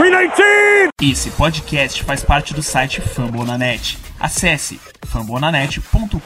319! Esse podcast faz parte do site Fambonanet. Acesse fambonanet.com.br.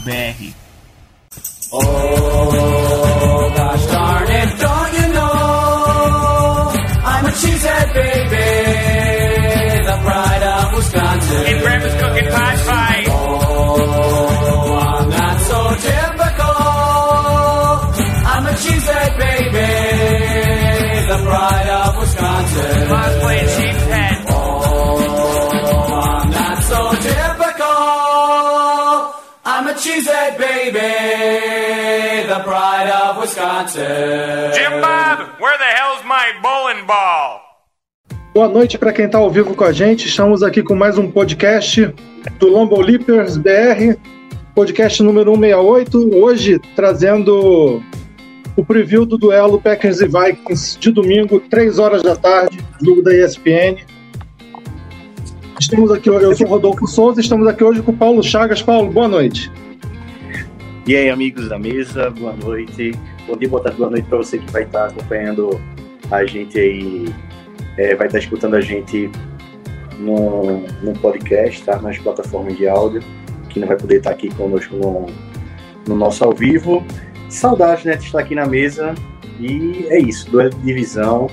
Oh, gosh darn it, don't you know I'm a cheesehead baby, the pride of Wisconsin. And Grandma's cooking pot pie. Oh, I'm not so typical. I'm a cheesehead baby, the pride of Wisconsin. Mom's playing cheesehead. Oh, I'm not so typical. I'm a cheesehead baby, the pride of Wisconsin. Jim Bob, where the hell's my bowling ball? Boa noite para quem está ao vivo com a gente. Estamos aqui com mais um podcast do Lambeau Leapers BR, podcast número 168. Hoje trazendo o preview do duelo Packers e Vikings de domingo, 3 horas da tarde, jogo da ESPN. Estamos aqui, eu sou Rodolfo Souza, estamos aqui hoje com o Paulo Chagas. Paulo, boa noite. E aí, amigos da mesa, boa noite. Bom dia, boa tarde, boa noite para você que vai estar acompanhando a gente aí, vai estar escutando a gente no podcast, tá? Nas plataformas de áudio, que não vai poder estar aqui conosco no nosso ao vivo. Saudades, né, de estar aqui na mesa. E é isso, duelo de divisão,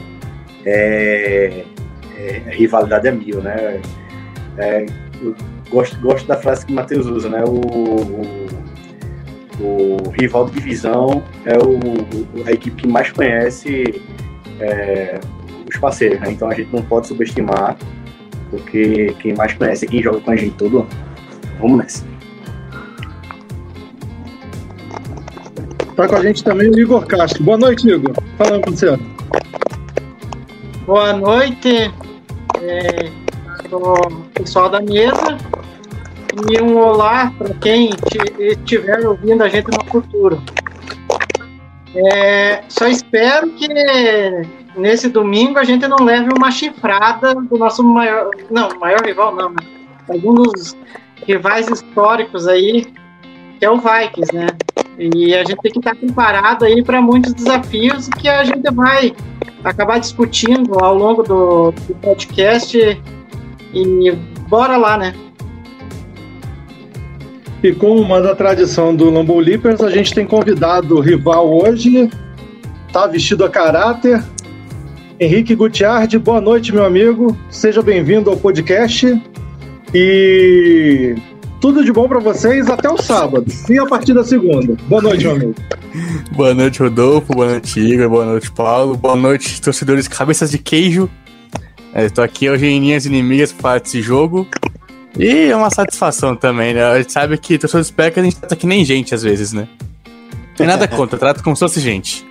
rivalidade é mil, né? Eu gosto da frase que o Matheus usa, né? O rival de divisão é a equipe que mais conhece os parceiros, né? Então a gente não pode subestimar, porque quem mais conhece é quem joga com a gente todo ano. Vamos nessa. Tá com a gente também o Igor Castro. Boa noite, Igor. Fala com você. Boa noite, pro pessoal da mesa, e um olá para quem estiver ouvindo a gente no futuro. Só espero que nesse domingo a gente não leve uma chifrada do nosso maior rival não, né? Algum dos rivais históricos aí, que é o Vikings, né? E a gente tem que estar preparado aí para muitos desafios que a gente vai acabar discutindo ao longo do podcast. E bora lá, né? E como da tradição do Lambeau Leapers, a gente tem convidado o rival hoje, tá vestido a caráter, Henrique Gutiardi. Boa noite, meu amigo. Seja bem-vindo ao podcast. E tudo de bom para vocês até o sábado e a partir da segunda. Boa noite, meu amigo. Boa noite, Rodolfo. Boa noite, Igor. Boa noite, Paulo. Boa noite, torcedores cabeças de queijo. Estou aqui hoje em Linhas Inimigas para falar desse jogo. E é uma satisfação também, né? A gente sabe que torcedores Packers a gente trata que nem gente às vezes, né? Não tem nada contra, trata como se fosse gente.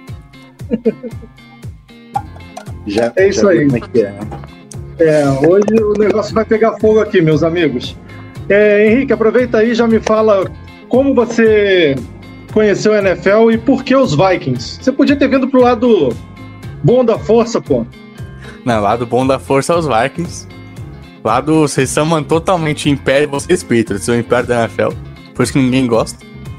É isso aí. Como é que é, né? Hoje o negócio vai pegar fogo aqui, meus amigos. Henrique, aproveita aí e já me fala como você conheceu a NFL e por que os Vikings. Você podia ter vindo pro lado bom da força, pô. Não, lado bom da força é os Vikings. Lado, vocês são totalmente império, vocês Patriots, são o império da NFL. Por isso que ninguém gosta.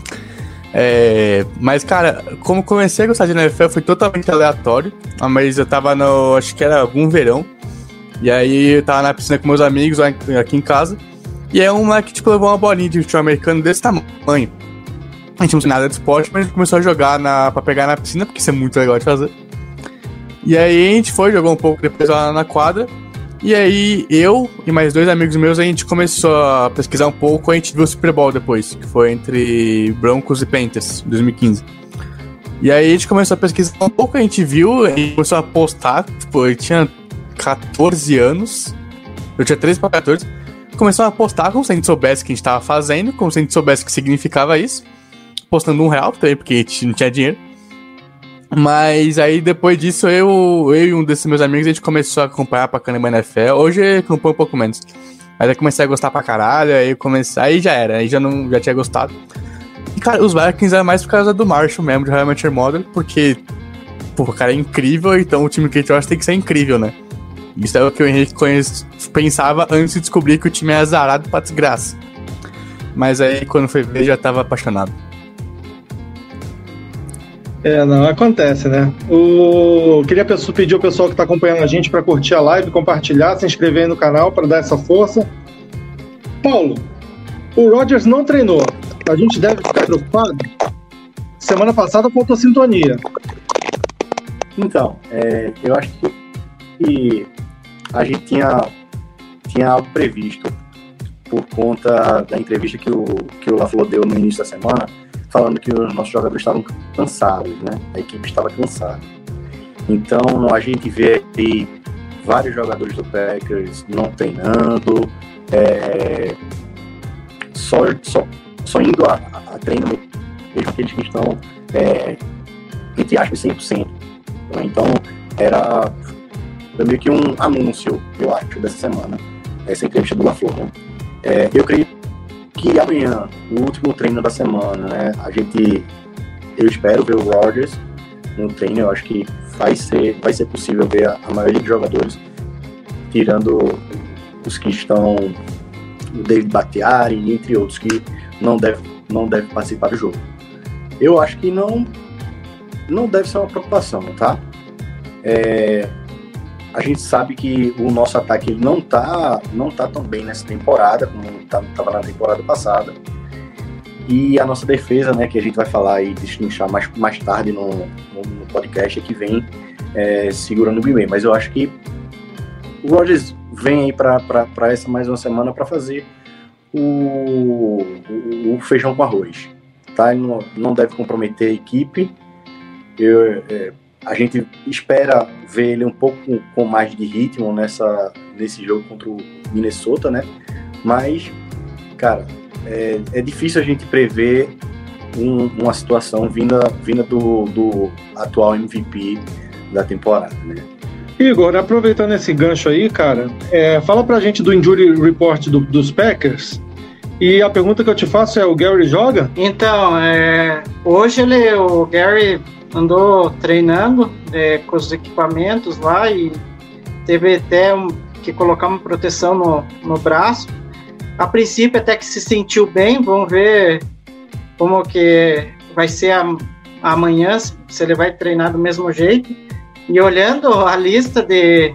Mas, cara, como comecei a gostar de NFL foi totalmente aleatório. Mas eu tava acho que era algum verão. E aí eu tava na piscina com meus amigos aqui em casa. E aí um moleque, levou uma bolinha de futebol americano desse tamanho. A gente não tinha nada de esporte, mas a gente começou a jogar pra pegar na piscina, porque isso é muito legal de fazer. E aí a gente jogou um pouco depois lá na quadra. E aí eu e mais 2 amigos meus, a gente começou a pesquisar um pouco. A gente viu o Super Bowl depois, que foi entre Broncos e Panthers, 2015. E aí a gente começou a pesquisar um pouco, a gente viu e começou a apostar. Eu tinha 14 anos, eu tinha 13 para 14. Começou a apostar como se a gente soubesse o que a gente estava fazendo, como se a gente soubesse o que significava isso. Apostando R$1 também, porque a gente não tinha dinheiro. Mas aí depois disso, eu e um desses meus amigos, a gente começou a acompanhar pra caramba a NFL. Hoje eu acompanho um pouco menos. Mas aí comecei a gostar pra caralho, aí já era, aí já tinha gostado. E cara, os Vikings era mais por causa do Marshall mesmo, de How I Met Your Mother, porque, o cara é incrível, então o time que a gente gosta tem que ser incrível, né? Isso é o que o Henrique pensava antes de descobrir que o time é azarado pra desgraça. Mas aí, quando foi ver, já tava apaixonado. Não, acontece, né? Queria pedir ao pessoal que está acompanhando a gente para curtir a live, compartilhar, se inscrever aí no canal para dar essa força. Paulo, o Rodgers não treinou. A gente deve ficar preocupado? Semana passada faltou sintonia. Então, eu acho que a gente tinha algo previsto por conta da entrevista que o LaFleur deu no início da semana, falando que os nossos jogadores estavam cansados, né? A equipe estava cansada. Então, a gente vê aí vários jogadores do Packers não treinando, só indo a treino, mesmo aqueles que estão, entre aspas, 100%. Então, era meio que um anúncio, eu acho, dessa semana, essa entrevista do LaFleur, né? Eu creio que amanhã, o último treino da semana, né, eu espero ver o Rodgers no treino. Eu acho que vai ser possível ver a maioria dos jogadores, tirando os que estão, o David Bakhtiari, entre outros, que não deve participar do jogo. Eu acho que não deve ser uma preocupação, tá? A gente sabe que o nosso ataque ele não tá tão bem nessa temporada como estava na temporada passada. E a nossa defesa, né, que a gente vai falar e destrinchar mais tarde no podcast, que vem segurando o Green Bay. Mas eu acho que o Rodgers vem aí para essa mais uma semana para fazer o feijão com arroz. Tá? Ele não deve comprometer a equipe. A gente espera ver ele um pouco com mais de ritmo nesse jogo contra o Minnesota, né? Mas, cara, é difícil a gente prever uma situação vinda do atual MVP da temporada, né? Igor, aproveitando esse gancho aí, cara, fala pra gente do Injury Report dos Packers. E a pergunta que eu te faço é: o Gary joga? Então, hoje o Gary andou treinando com os equipamentos lá e teve até que colocar uma proteção no braço. A princípio até que se sentiu bem. Vamos ver como que vai ser amanhã, se ele vai treinar do mesmo jeito. E olhando a lista de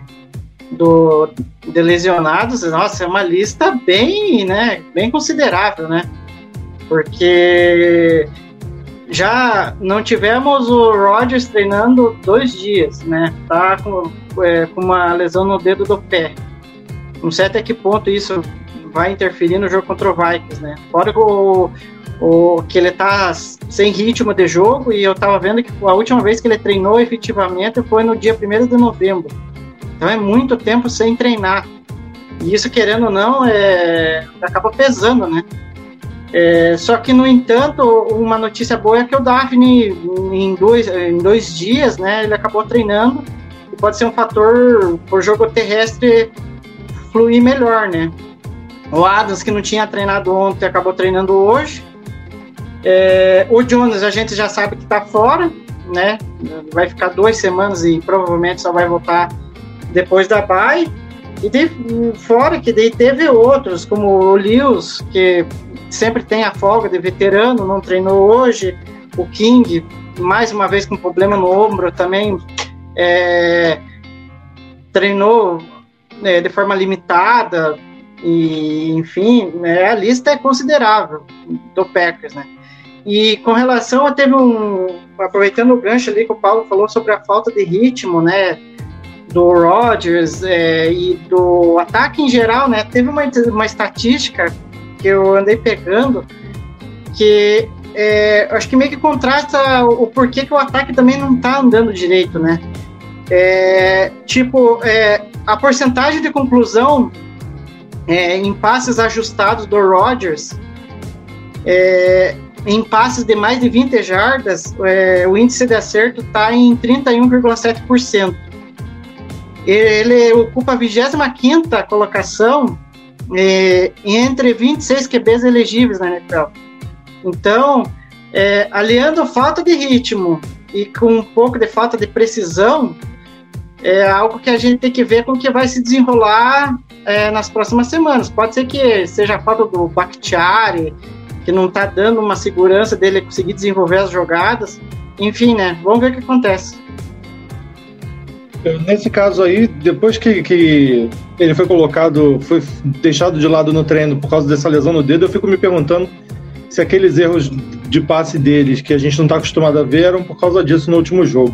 lesionados, nossa, é uma lista bem considerável, né? Porque já não tivemos o Rodgers treinando 2 dias, né? Tá com uma lesão no dedo do pé. Não sei até que ponto isso vai interferir no jogo contra o Vikings, né? Fora que ele tá sem ritmo de jogo, e eu tava vendo que a última vez que ele treinou efetivamente foi no dia 1º de novembro. Então é muito tempo sem treinar. E isso, querendo ou não, acaba pesando, né? Só que, no entanto, uma notícia boa é que o Daphne, em dois dias, né, ele acabou treinando, e pode ser um fator para o jogo terrestre fluir melhor, né? O Adams, que não tinha treinado ontem, acabou treinando hoje. O Jones, a gente já sabe que está fora, né? Vai ficar 2 semanas e provavelmente só vai voltar depois da bye. E fora que daí teve outros, como o Lewis, que sempre tem a folga de veterano, não treinou hoje. O King, mais uma vez com problema no ombro, também treinou de forma limitada. E, enfim, a lista é considerável do Packers, né? E com relação a aproveitando o gancho ali que o Paulo falou sobre a falta de ritmo, né, do Rodgers e do ataque em geral, né? Teve uma estatística que eu andei pegando que acho que meio que contrasta o porquê que o ataque também não tá andando direito, né? A porcentagem de conclusão em passes ajustados do Rodgers, em passes de mais de 20 jardas, o índice de acerto está em 31,7%. Ele ocupa a 25ª colocação entre 26 QBs elegíveis na NFL. Então, aliando falta de ritmo e com um pouco de falta de precisão, é algo que a gente tem que ver como que vai se desenrolar nas próximas semanas. Pode ser que seja a falta do Bakhtiari, que não está dando uma segurança dele conseguir desenvolver as jogadas. enfim, né? Vamos ver o que acontece. Nesse caso aí, depois que ele foi deixado de lado no treino por causa dessa lesão no dedo, eu fico me perguntando se aqueles erros de passe deles, que a gente não está acostumado a ver, eram por causa disso no último jogo.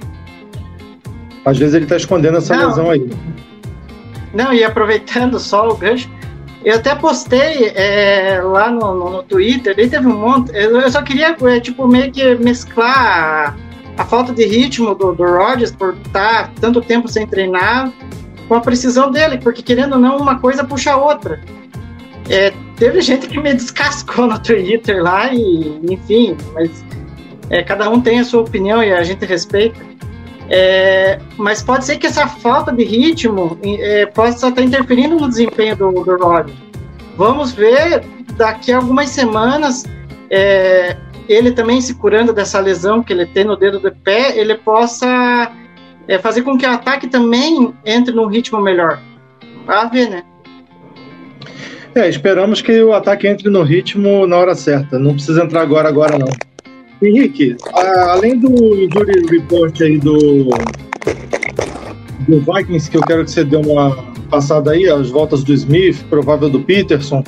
Às vezes ele está escondendo essa lesão aí. Não, e aproveitando só o gancho, eu até postei lá no Twitter, daí teve um monte, eu só queria meio que mesclar a falta de ritmo do Rodgers por estar tanto tempo sem treinar com a precisão dele, porque querendo ou não, uma coisa puxa a outra. Teve gente que me descascou no Twitter lá, e enfim, mas cada um tem a sua opinião e a gente respeita. Mas pode ser que essa falta de ritmo possa estar interferindo no desempenho do Rodgers. Vamos ver daqui a algumas semanas, ele também se curando dessa lesão que ele tem no dedo do pé, ele possa fazer com que o ataque também entre num ritmo melhor. Vai ver, né? Esperamos que o ataque entre no ritmo na hora certa. Não precisa entrar agora não. Henrique, além do injury report aí do Vikings, que eu quero que você dê uma passada aí, as voltas do Smith, provável do Peterson,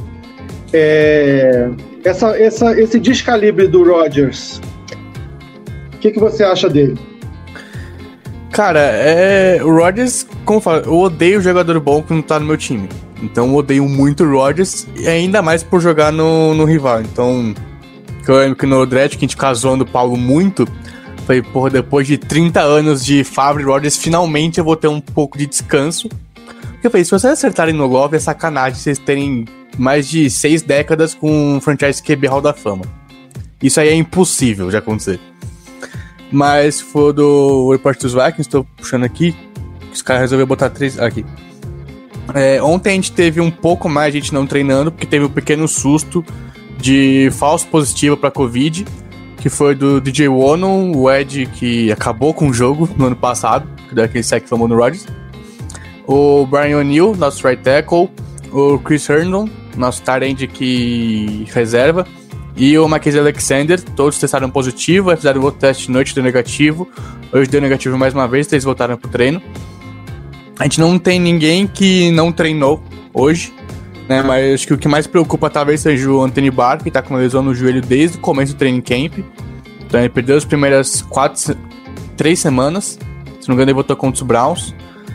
esse descalibre do Rodgers, o que você acha dele? Cara, o Rodgers, como eu falo, eu odeio jogador bom que não tá no meu time. Então eu odeio muito o Rodgers, e ainda mais por jogar no rival. Então, eu lembro que no draft, que a gente ficava zoando o Paulo muito, foi, depois de 30 anos de Favre e Rodgers, finalmente eu vou ter um pouco de descanso. Porque eu falei, se vocês acertarem no Love, é sacanagem vocês terem mais de 6 décadas com um franchise QB Hall da Fama. Isso aí é impossível de acontecer. Mas se for do report dos Vikings, estou puxando aqui, os caras resolveram botar 3 aqui. Ontem a gente teve um pouco mais de gente não treinando, porque teve um pequeno susto de falso positivo para Covid, que foi do DJ Wono, o Ed que acabou com o jogo no ano passado, que deu aquele sack famoso no Rodgers. O Brian O'Neill, nosso right tackle, o Chris Herndon, nosso tight end que reserva, e o Mackenzie Alexander, todos testaram positivo, fizeram outro teste de noite, deu negativo, hoje deu negativo mais uma vez, eles voltaram pro treino. A gente não tem ninguém que não treinou hoje, né, mas acho que o que mais preocupa talvez seja o Anthony Barr, que tá com uma lesão no joelho desde o começo do training camp, então ele perdeu as primeiras 3 semanas, se não me engano ele voltou contra os Browns.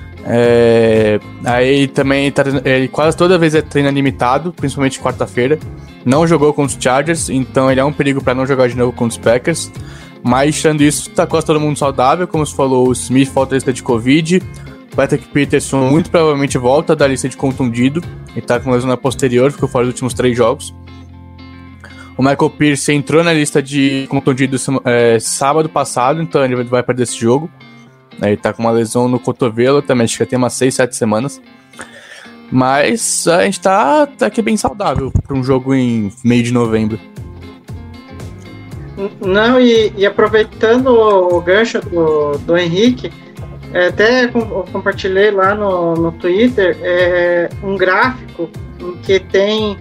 Aí também ele quase toda vez treina limitado, principalmente quarta-feira. Não jogou contra os Chargers, então ele é um perigo para não jogar de novo contra os Packers. Mas tirando isso, tá quase todo mundo saudável. Como você falou, o Smith falta lista de Covid, o Patrick Peterson muito provavelmente volta da lista de contundido. Ele tá com lesão na posterior, ficou fora dos últimos 3 jogos. O Michael Pierce entrou na lista de contundidos sábado passado, então ele vai perder esse jogo. Ele tá com uma lesão no cotovelo também, acho que tem umas 6, 7 semanas. Mas a gente tá aqui bem saudável para um jogo em meio de novembro. Não, e aproveitando o gancho do Henrique, até compartilhei lá no Twitter um gráfico em que tem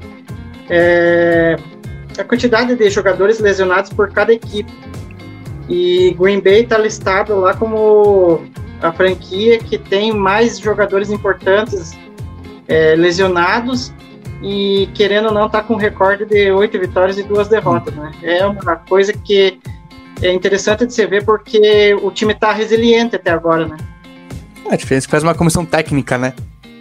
a quantidade de jogadores lesionados por cada equipe. E Green Bay está listado lá como a franquia que tem mais jogadores importantes lesionados e, querendo ou não, está com um recorde de 8 vitórias e 2 derrotas, né? É uma coisa que é interessante de se ver porque o time está resiliente até agora, né? A diferença é que faz uma comissão técnica, né?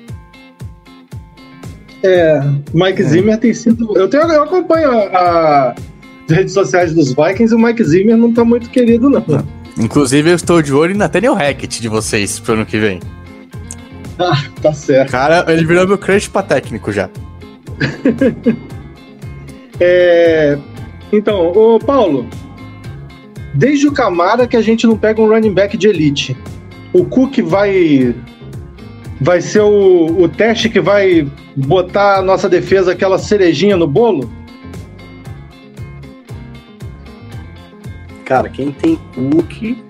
Mike Zimmer tem sido... Eu acompanho as redes sociais dos Vikings e o Mike Zimmer não tá muito querido, não. Inclusive, eu estou de olho em Nathaniel Hackett de vocês pro ano que vem. Tá certo. Cara, ele virou meu crush pra técnico já. Então, ô Paulo, desde o Camara que a gente não pega um running back de elite. O Cook vai ser o teste que vai botar a nossa defesa aquela cerejinha no bolo? Cara, quem tem Cook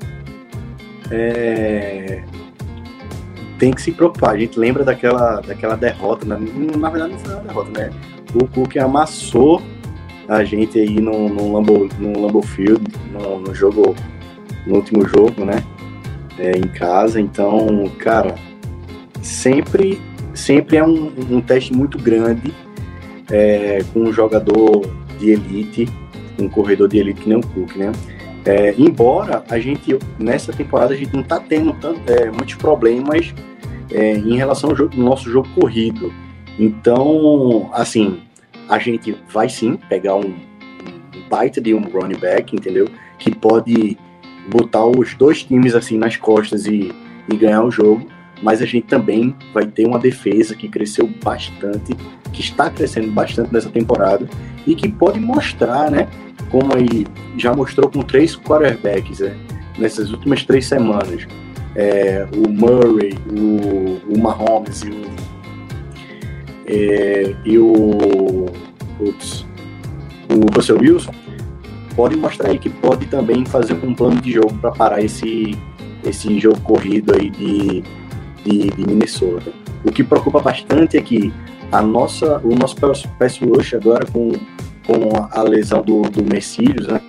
tem que se preocupar. A gente lembra daquela derrota, né? Na verdade não foi uma derrota, né? O Cook amassou a gente aí no Lambeau Field, no jogo último jogo, né? Em casa. Então, cara, sempre é um teste muito grande com um jogador de elite, um corredor de elite que nem o Cook, né? Embora a gente, nessa temporada, a gente não tá tendo muitos problemas em relação ao nosso jogo corrido. Então, assim, a gente vai sim pegar um baita de um running back, entendeu? Que pode botar os dois times assim nas costas e ganhar o jogo, mas a gente também vai ter uma defesa que cresceu bastante, que está crescendo bastante nessa temporada e que pode mostrar, né, como aí já mostrou com 3 quarterbacks nessas últimas 3 semanas, o Murray, o Mahomes e o Russell Wilson, pode mostrar aí que pode também fazer um plano de jogo para parar esse jogo corrido aí de Minnesota. O que preocupa bastante é que o nosso pass rush agora com a lesão do Mercedes, né,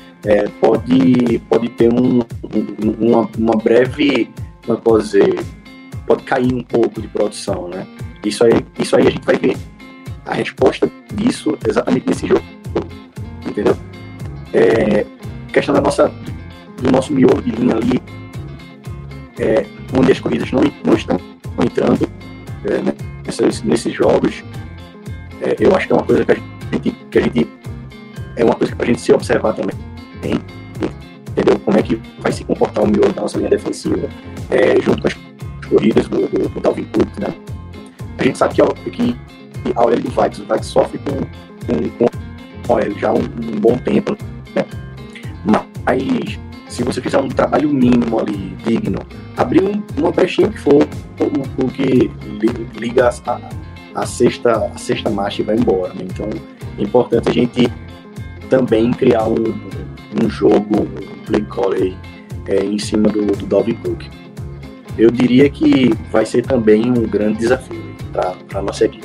pode ter uma breve, como eu posso dizer, pode cair um pouco de produção, né? Isso aí a gente vai ver a resposta disso exatamente nesse jogo, entendeu? Questão do nosso miolo de linha ali, onde as corridas não estão entrando nesses jogos, eu acho que é uma coisa que a gente é uma coisa para a gente se observar também, entendeu? Como é que vai se comportar o miolo da nossa linha defensiva junto com as corridas do Dalvin Cook, né? A gente sabe que a OL do Vikings, o Vikings sofre com a OL já há um bom tempo, né? Mas se você fizer um trabalho mínimo ali, digno, abrir uma brechinha que for o que liga a sexta marcha e vai embora, né? Então é importante a gente também criar um jogo, um play call aí, em cima do Dalvin Cook. Eu diria que vai ser também um grande desafio para a nossa equipe.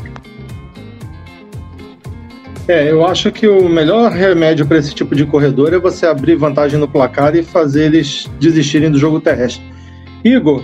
Eu acho que o melhor remédio para esse tipo de corredor é você abrir vantagem no placar e fazer eles desistirem do jogo terrestre. Igor,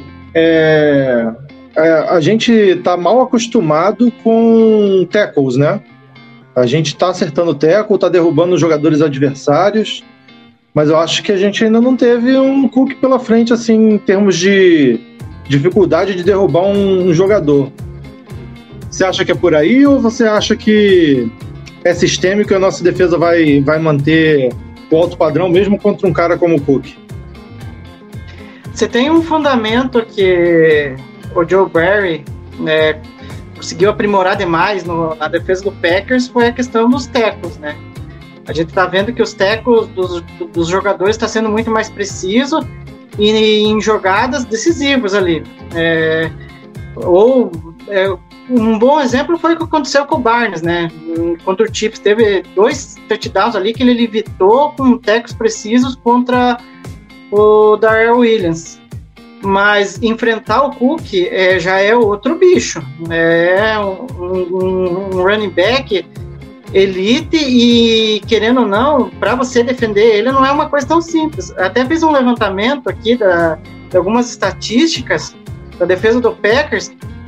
a gente está mal acostumado com tackles, né? A gente está acertando o tackle, está derrubando os jogadores adversários, mas eu acho que a gente ainda não teve um Cook pela frente, assim, em termos de dificuldade de derrubar um jogador. Você acha que é por aí ou você acha que é sistêmico e a nossa defesa vai manter o alto padrão mesmo contra um cara como o Cook? Você tem um fundamento que o Joe Barry conseguiu aprimorar demais na defesa do Packers, foi a questão dos tackles, né? A gente está vendo que os tackles dos jogadores está sendo muito mais preciso e em jogadas decisivas ali. Um bom exemplo foi o que aconteceu com o Barnes, né? Contra o Chiefs, teve 2 touchdowns ali que ele evitou com tackles precisos contra o Darrell Williams. Mas enfrentar o Cook já é outro bicho. É um running back elite e, querendo ou não, para você defender ele não é uma coisa tão simples. Até fiz um levantamento aqui de algumas estatísticas da defesa do Packers.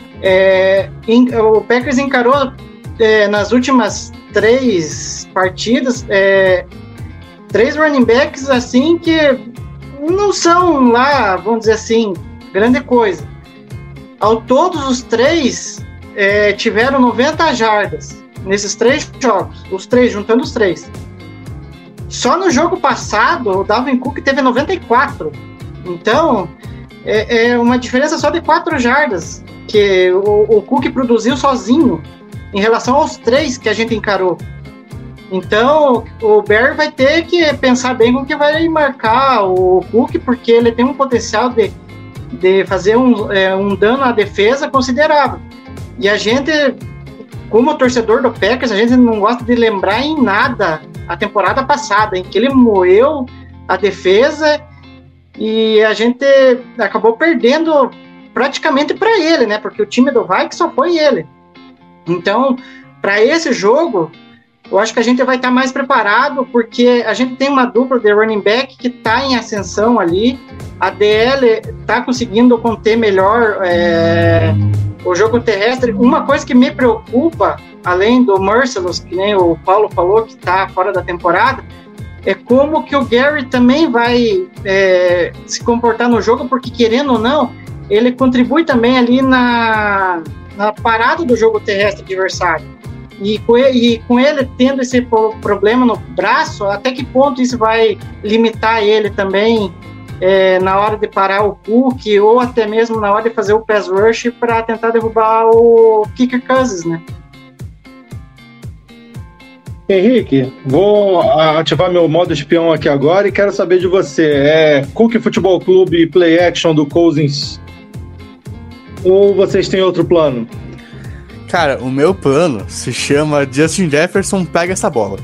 O Packers encarou nas últimas 3 partidas 3 running backs assim que não são lá, vamos dizer assim, grande coisa. Ao todos os 3 tiveram 90 jardas nesses 3 jogos, os 3, juntando os 3. Só no jogo passado o Dalvin Cook teve 94. Então é uma diferença só de 4 jardas que o Cook produziu sozinho em relação aos 3 que a gente encarou. Então o Barry vai ter que pensar bem como que vai marcar o Cook, porque ele tem um potencial de fazer um dano à defesa considerável. E a gente, como torcedor do Packers, a gente não gosta de lembrar em nada a temporada passada, em que ele moeu a defesa e a gente acabou perdendo praticamente para ele, né? Porque o time do Vikings só foi ele. Então, para esse jogo, eu acho que a gente vai estar mais preparado, porque a gente tem uma dupla de running back que está em ascensão ali, a DL está conseguindo conter melhor o jogo terrestre. Uma coisa que me preocupa, além do Merciless, que nem o Paulo falou, que está fora da temporada, é como que o Gary também vai se comportar no jogo, porque querendo ou não, ele contribui também ali na parada do jogo terrestre adversário. E com ele tendo esse problema no braço, até que ponto isso vai limitar ele também na hora de parar o Cook, ou até mesmo na hora de fazer o pass rush para tentar derrubar o Kicker Cousins, né? Henrique, vou ativar meu modo espião aqui agora e quero saber de você. Cook Futebol Clube e Play Action do Cousins? Ou vocês têm outro plano? Cara, o meu plano se chama Justin Jefferson pega essa bola.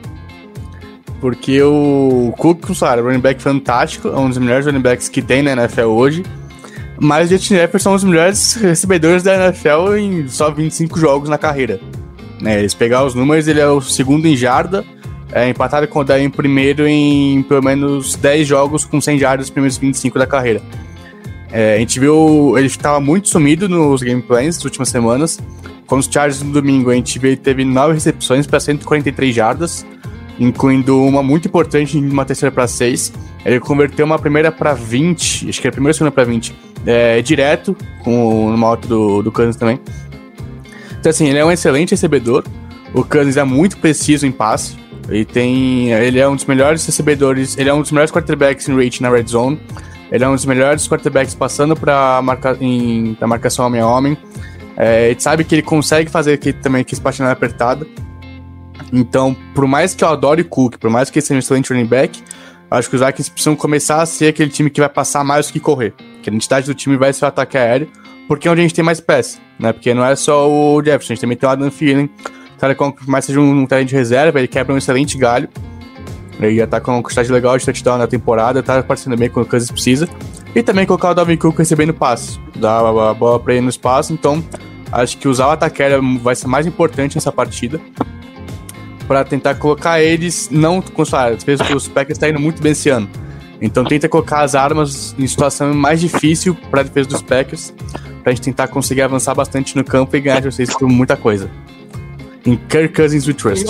Porque o Cook, claro, running back fantástico, é um dos melhores running backs que tem na NFL hoje. Mas o Justin Jefferson é um dos melhores recebedores da NFL em só 25 jogos na carreira. Eles pegar os números, ele é o segundo em jarda, empatado com o Daí em primeiro em pelo menos 10 jogos com 100 jardas nos primeiros 25 da carreira. A gente viu, ele estava muito sumido nos game plans nas últimas semanas. Com os Chargers no domingo, a gente viu ele teve 9 recepções para 143 jardas, incluindo uma muito importante em uma terceira para 6. Ele converteu uma primeira para 20, acho que era a primeira segunda para 20, direto, com uma alta do Cousins também. Então assim, ele é um excelente recebedor. O Cousins é muito preciso em passe. Ele é um dos melhores recebedores, ele é um dos melhores quarterbacks em rate na red zone. Ele é um dos melhores quarterbacks passando para marcação homem a homem. A gente sabe que ele consegue fazer também esse patinada apertada. Então, por mais que eu adore Cook, por mais que ele seja um excelente running back, acho que os Vikings precisam começar a ser aquele time que vai passar mais do que correr. Que a identidade do time vai ser o ataque aéreo, porque é onde a gente tem mais peça, né? Porque não é só o Jefferson, a gente também tem o Adam Thielen, cara, que mais seja um talento de reserva, ele quebra um excelente galho. Ele já tá com uma quantidade legal de touchdown na temporada, tá parecendo bem quando o Cousins precisa. E também colocar o Dalvin Cook recebendo passe, dar a bola pra ele no espaço. Então, acho que usar o ataque aéreo vai ser mais importante nessa partida, pra tentar colocar eles, não com às vezes os Packers tá indo muito bem esse ano. Então tenta colocar as armas em situação mais difícil pra defesa dos Packers, pra gente tentar conseguir avançar bastante no campo e ganhar de vocês por muita coisa. Em Kirk Cousins we trust.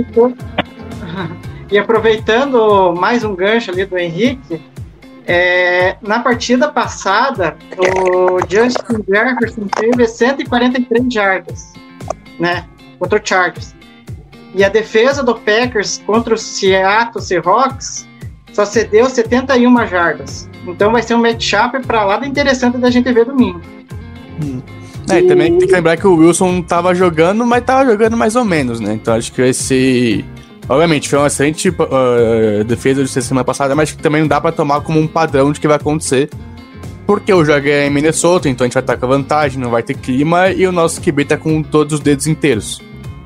E aproveitando mais um gancho ali do Henrique, na partida passada, o Justin Jefferson teve 143 jardas, né, contra o Chargers. E a defesa do Packers contra o Seattle Seahawks só cedeu 71 jardas. Então vai ser um matchup pra lá do interessante da gente ver domingo. E também tem que lembrar que o Wilson tava jogando, mas tava jogando mais ou menos, né? Então acho que vai ser... Obviamente, foi uma excelente defesa de semana passada, mas que também não dá pra tomar como um padrão de que vai acontecer. Porque o jogo é em Minnesota, então a gente vai estar com a vantagem, não vai ter clima, e o nosso QB tá com todos os dedos inteiros.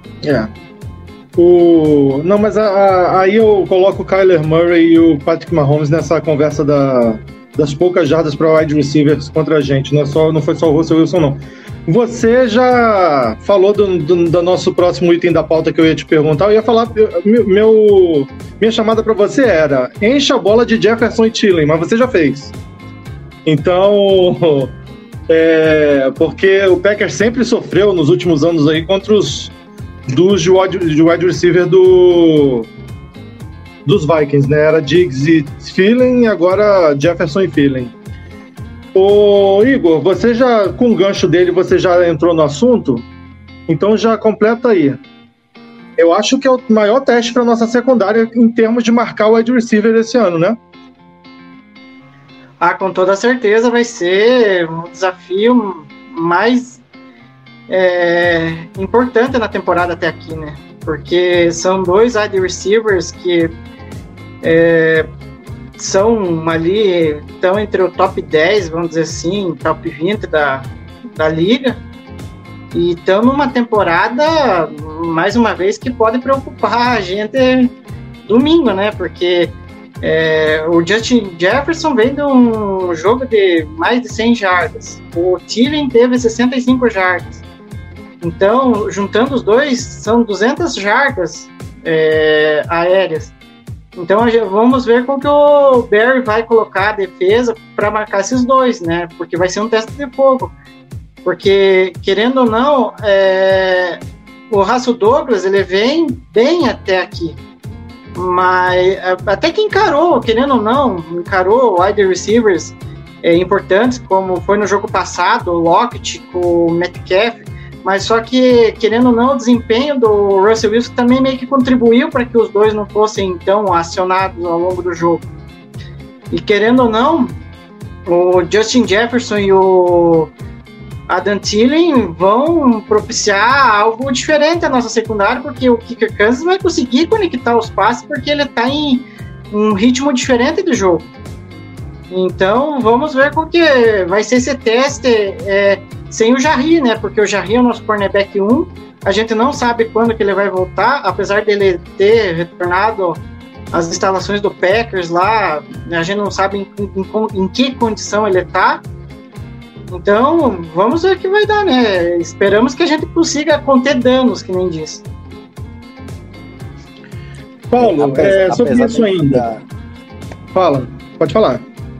Não, mas aí eu coloco o Kyler Murray e o Patrick Mahomes nessa conversa das poucas jardas para wide receivers contra a gente. Não foi só o Russell Wilson, não. Você já falou do nosso próximo item da pauta que eu ia te perguntar. Eu ia falar, minha chamada para você era: encha a bola de Jefferson e Thielen, mas você já fez. Então, porque o Packers sempre sofreu nos últimos anos aí contra os de wide receiver dos Vikings, né? Era Diggs e Thielen, e agora Jefferson e Thielen. Ô Igor, você já, com o gancho dele, você já entrou no assunto? Então já completa aí. Eu acho que é o maior teste para nossa secundária em termos de marcar o wide receiver esse ano, né? Com toda certeza vai ser um desafio mais importante na temporada até aqui, né? Porque são dois wide receivers que são ali, estão entre o top 10, vamos dizer assim, top 20 da liga, e estão numa temporada, mais uma vez, que pode preocupar a gente domingo, né? Porque o Justin Jefferson vem de um jogo de mais de 100 jardas, o Thielen teve 65 jardas, então, juntando os dois, são 200 jardas aéreas. Então vamos ver como que o Barry vai colocar a defesa para marcar esses dois, né? Porque vai ser um teste de fogo. Porque, querendo ou não, o Russell Douglas, ele vem bem até aqui. Mas até que encarou, querendo ou não, wide receivers importantes, como foi no jogo passado, o Lockett com o Metcalf, mas só que, querendo ou não, o desempenho do Russell Wilson também meio que contribuiu para que os dois não fossem tão acionados ao longo do jogo. E querendo ou não, o Justin Jefferson e o Adam Thielen vão propiciar algo diferente à nossa secundária, porque o Kicker Kansas vai conseguir conectar os passes, porque ele está em um ritmo diferente de jogo. Então, vamos ver como que vai ser esse teste sem o Jarry, né? Porque o Jarry é o nosso cornerback 1, a gente não sabe quando que ele vai voltar, apesar dele ter retornado às instalações do Packers lá, a gente não sabe em que condição ele está. Então, vamos ver o que vai dar, né? Esperamos que a gente consiga conter danos, que nem disse. Paulo, sobre isso ainda. Fala, pode falar.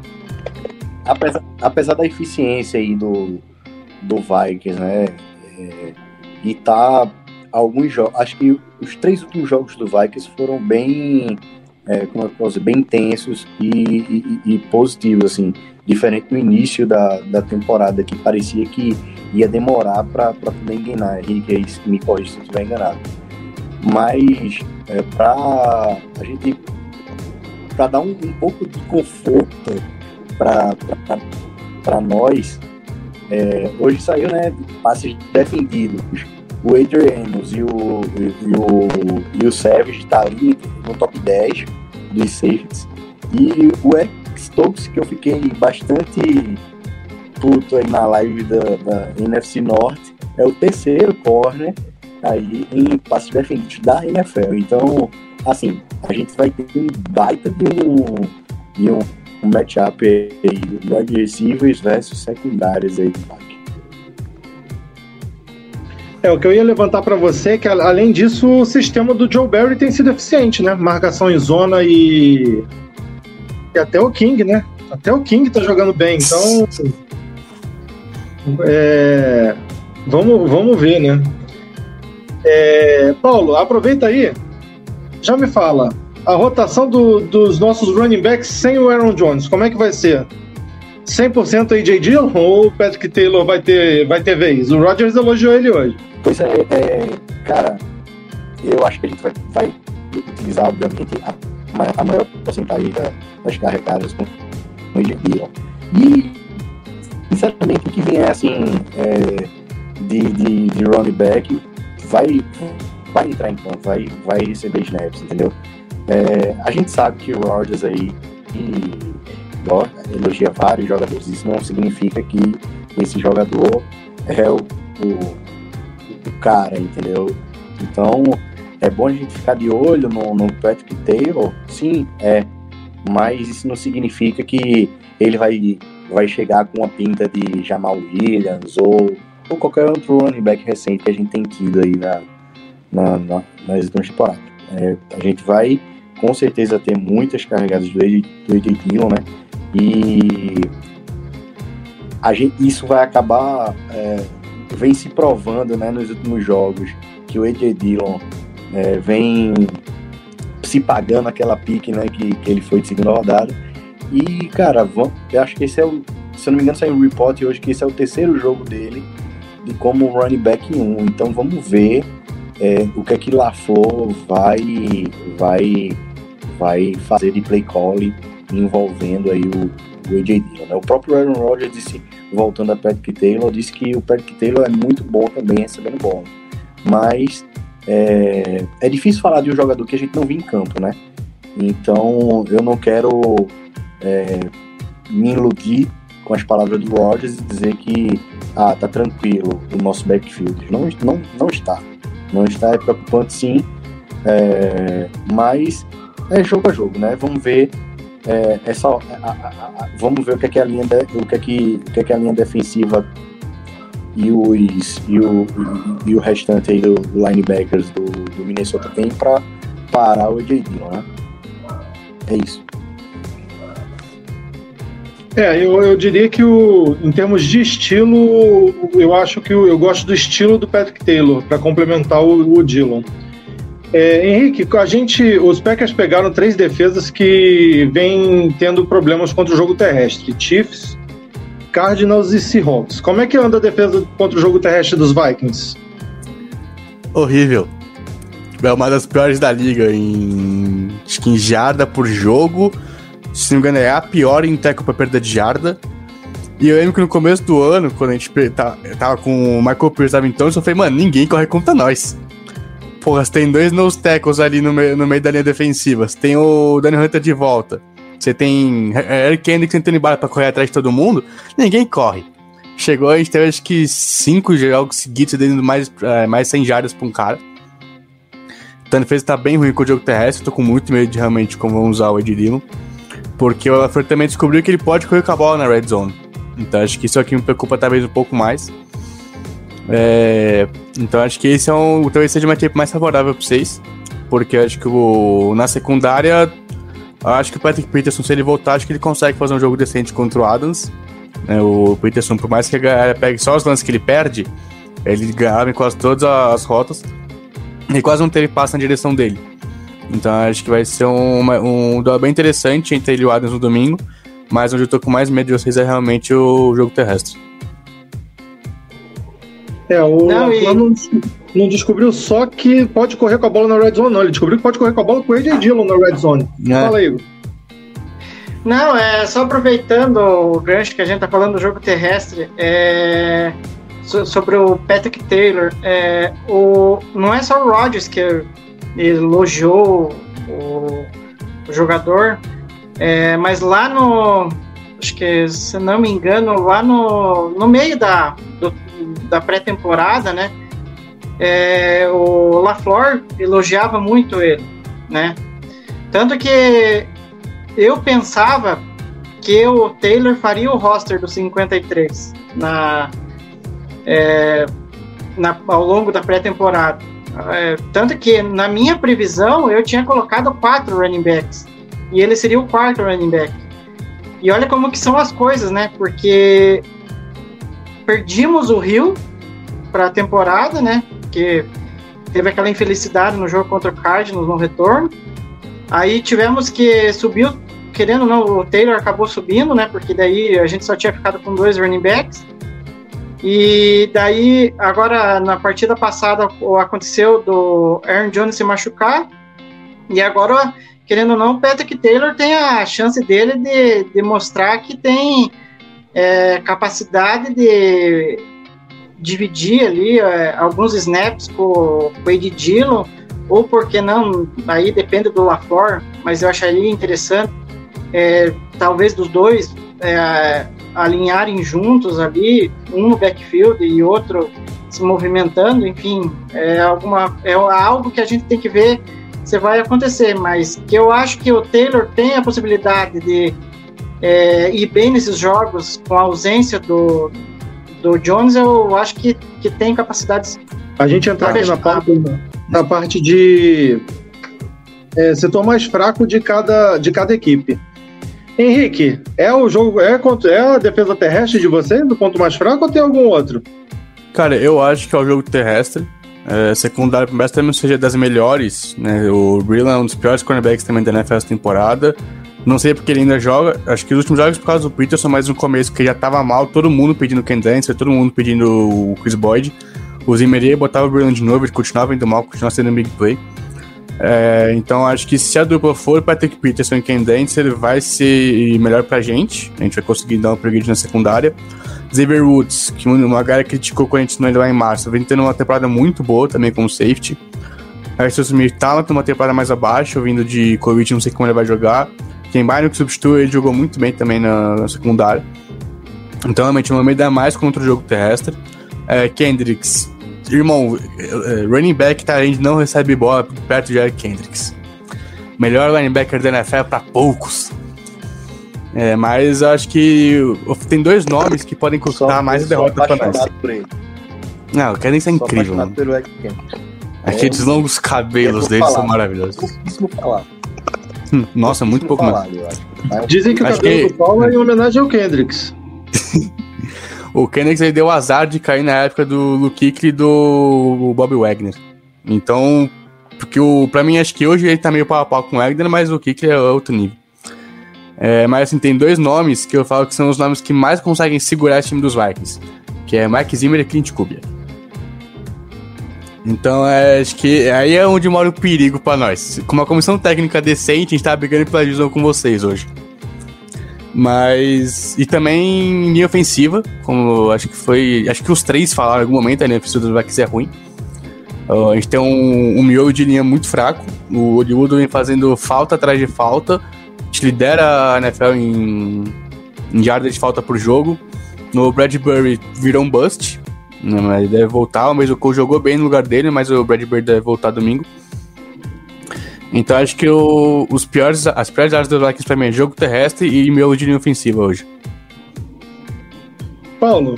Apesar da eficiência aí do Vikings, né? E tá alguns jogos. Acho que os 3 últimos jogos do Vikings foram bem, como eu posso dizer, bem intensos e positivos, assim. Diferente do início da temporada, que parecia que ia demorar para poder enganar. Henrique, aí me corrija se eu estiver enganado. Mas para dar um pouco de conforto para nós, hoje saiu, né, passes defendidos. O Adrian Amos e o Savage tá ali no top 10 dos safeties. E o Stokes, que eu fiquei bastante puto aí na live da NFC Norte, é o terceiro corner aí em passes defendidos da NFL. Então, assim, a gente vai ter um baita de um matchup aí de wide receivers versus secundários aí do Vikings. O que eu ia levantar para você é que, além disso, o sistema do Joe Barry tem sido eficiente, né? Marcação em zona e até o King, né? Até o King tá jogando bem, então vamos ver, né? Paulo, aproveita aí, já me fala, a rotação dos nossos running backs sem o Aaron Jones, como é que vai ser? 100% AJ Dillon ou o Patrick Taylor vai ter vez? O Rodgers elogiou ele hoje. Pois cara, eu acho que a gente vai utilizar, obviamente, a maior porcentagem das carregadas com o AJ Dillon. E, sinceramente, o que vier assim de running back vai entrar em campo, vai receber snaps, entendeu? A gente sabe que o Rodgers aí elogia vários jogadores, isso não significa que esse jogador é o cara, entendeu? Então, é bom a gente ficar de olho no Patrick Taylor, sim, mas isso não significa que ele vai chegar com uma pinta de Jamal Williams ou qualquer outro running back recente que a gente tem tido aí nas últimas temporadas. A gente vai, com certeza, ter muitas carregadas do AJ Dillon, né? E isso vai acabar vem se provando, né, nos últimos jogos, que o AJ Dillon vem se pagando aquela pique, né, que ele foi de segunda rodada. E, cara, eu acho que esse se eu não me engano, saiu um report hoje que esse é o terceiro jogo dele de como running back 1. Então vamos ver o que é que LaFleur vai fazer de play calling envolvendo aí o AJ Dillon, né? O próprio Aaron Rodgers disse, voltando a Patrick Taylor, disse que o Patrick Taylor é muito bom também recebendo bola, mas é difícil falar de um jogador que a gente não viu em campo, né? Então eu não quero me iludir com as palavras do Rodgers e dizer que tá tranquilo o nosso backfield. Não está, é preocupante sim, mas é jogo a jogo, né? Vamos ver vamos ver o que é que a linha defensiva e o restante aí do linebackers do Minnesota tem para parar o AJ Dillon, né? É isso. Eu diria que em termos de estilo, eu acho que eu gosto do estilo do Patrick Taylor para complementar o Dillon. Henrique, os Packers pegaram 3 defesas que vêm tendo problemas contra o jogo terrestre: Chiefs, Cardinals e Seahawks. Como é que anda a defesa contra o jogo terrestre dos Vikings? Horrível. É uma das piores da liga acho que em jarda por jogo. Se não me engano, é a pior em tackle pra perda de jarda. E eu lembro que no começo do ano, quando a gente tava com o Michael Pierce, então eu falei, mano, ninguém corre contra nós. Porra, você tem 2 nose tackles ali no meio da linha defensiva. Você tem o Daniel Hunter de volta. Você tem Eric Kendricks e Anthony Barr pra correr atrás de todo mundo. Ninguém corre. Chegou, a gente teve acho que 5 jogos seguidos dando mais 100 jardas pra um cara. Então a defesa tá bem ruim com o jogo terrestre. Eu tô com muito medo de realmente como vão usar o AJ Dillon. Porque o LaFleur também descobriu que ele pode correr com a bola na red zone. Então acho que isso aqui me preocupa talvez um pouco mais. Então acho que esse talvez seja uma equipe mais favorável para vocês. Porque acho que na secundária, acho que o Patrick Peterson, se ele voltar, acho que ele consegue fazer um jogo decente contra o Adams. O Peterson, por mais que ele pegue só os lances que ele perde, ele ganhava em quase todas as rotas. E quase não teve passo na direção dele. Então acho que vai ser um duelo bem interessante entre ele e o Adams no domingo. Mas onde eu tô com mais medo de vocês é realmente o jogo terrestre. Não descobriu só que pode correr com a bola na red zone, não. Ele descobriu que pode correr com a bola com o AJ Dillon na red zone. Fala aí, Igor. Não, só aproveitando o gancho que a gente tá falando do jogo terrestre, sobre o Patrick Taylor, não é só o Rodgers que elogiou o jogador, mas lá acho que, se não me engano, lá no meio da pré-temporada, né, o LaFleur elogiava muito ele, né, tanto que eu pensava que o Taylor faria o roster dos 53 ao longo da pré-temporada. Tanto que, na minha previsão, eu tinha colocado 4 running backs. E ele seria o 4º running back. E olha como que são as coisas, né? Porque perdimos o Hill para a temporada, né? Porque teve aquela infelicidade no jogo contra o Cardinals no retorno. Aí tivemos que subir, querendo ou não, o Taylor acabou subindo, né? Porque daí a gente só tinha ficado com 2 running backs. E daí, agora, na partida passada, aconteceu do Aaron Jones se machucar. E agora, querendo ou não, o Patrick Taylor tem a chance dele de mostrar que tem capacidade de dividir ali alguns snaps com o AJ Dillon, ou por que não, aí depende do LaFleur, mas eu acharia interessante, talvez dos dois, alinharem juntos ali, um no backfield e outro se movimentando, enfim, é algo que a gente tem que ver se vai acontecer, mas que eu acho que o Taylor tem a possibilidade de ir bem nesses jogos com a ausência do Jones. Eu acho que tem capacidade. A gente entrar aqui na parte de setor mais fraco de cada equipe. Henrique, o jogo a defesa terrestre de vocês, do ponto mais fraco, ou tem algum outro? Cara, eu acho que é o jogo terrestre. Secundário, por mais que também seja das melhores, né? O Breland é um dos piores cornerbacks também da NFL essa temporada. Não sei porque ele ainda joga. Acho que os últimos jogos por causa do Peterson, mas no começo, porque já tava mal, todo mundo pedindo o Ken Dancer, todo mundo pedindo o Chris Boyd. O Zimmeria botava o Breland de novo, ele continuava indo mal, continuava sendo um big play. Então acho que se a dupla for Patrick Peterson e Ken Dancer, ele vai ser melhor pra gente. A gente vai conseguir dar um upgrade na secundária. Xavier Woods, que uma galera criticou quando a gente não lá em março, vem tendo uma temporada muito boa também como safety. Arthur Smith tá numa temporada mais abaixo, vindo de Covid, não sei como ele vai jogar. Ken Byron, que substitui, ele jogou muito bem também na secundária. Então realmente uma medida a mais contra o jogo terrestre. Kendricks, irmão, running back tá, a gente não recebe bola perto de Eric Kendricks. Melhor linebacker da NFL pra poucos. Mas acho que tem 2 nomes que podem custar mais derrotas pra nós. Por ele. Não, o Kendricks é incrível, mano. Aqueles longos cabelos deles são maravilhosos. Pouquíssimo falar. Nossa, muito pouco mais. falado, eu acho. Dizem que o Acho cabelo que- do Paulo é em homenagem ao Kendricks. O Kendricks ele deu azar de cair na época do Luke Kuechly e do Bob Wagner. Então, porque pra mim, acho que hoje ele tá meio pau a pau com o Wagner, mas o Kuechly é outro nível. Mas assim, tem dois nomes que eu falo que são os nomes que mais conseguem segurar esse time dos Vikings, que é Mike Zimmer e Clint Kubiak. Então, acho que aí é onde mora o perigo pra nós. Com uma comissão técnica decente, a gente tá brigando pela divisão com vocês hoje. Mas... E também em linha ofensiva, como acho que os três falaram em algum momento, a linha ofensiva dos Vikings é ruim. A gente tem um miolo de linha muito fraco. O Hollywood vem fazendo falta atrás de falta. A gente lidera a NFL em jardas de falta por jogo. No Bradbury virou um bust. Ele deve voltar. O mesmo Cole jogou bem no lugar dele, mas o Bradbury deve voltar domingo. Então acho que as piores áreas dos Vikings pra mim é jogo terrestre e miolo de linha ofensiva hoje. Paulo,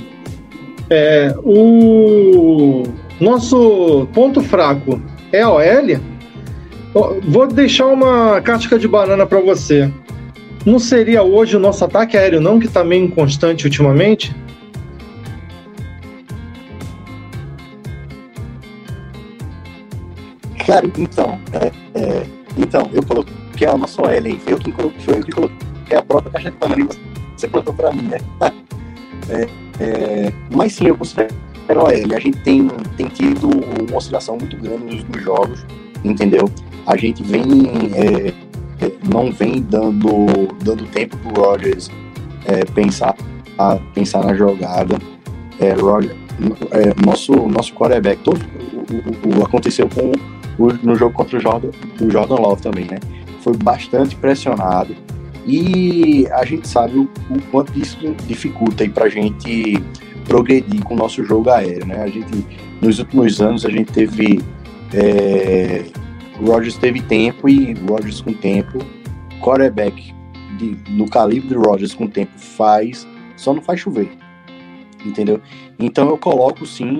o nosso ponto fraco é a OL. Vou deixar uma casca de banana pra você. Não seria hoje o nosso ataque aéreo não, que tá meio inconstante ultimamente? Cara, então, eu coloquei a nossa OL aí. Foi eu que coloquei a própria caixa de banana e você colocou pra mim, né? Mas sim, eu considero a OL. A gente tem tido uma oscilação muito grande nos últimos jogos, entendeu? A gente não vem dando tempo pro Rodgers pensar na jogada. Nosso quarterback, aconteceu no jogo contra o Jordan Love também, né? Foi bastante pressionado e a gente sabe o quanto isso dificulta aí pra gente progredir com o nosso jogo aéreo, né? Nos últimos anos a gente teve o Rodgers teve tempo e o Rodgers com tempo, quarterback no calibre do Rodgers com tempo só não faz chover, entendeu? Então eu coloco sim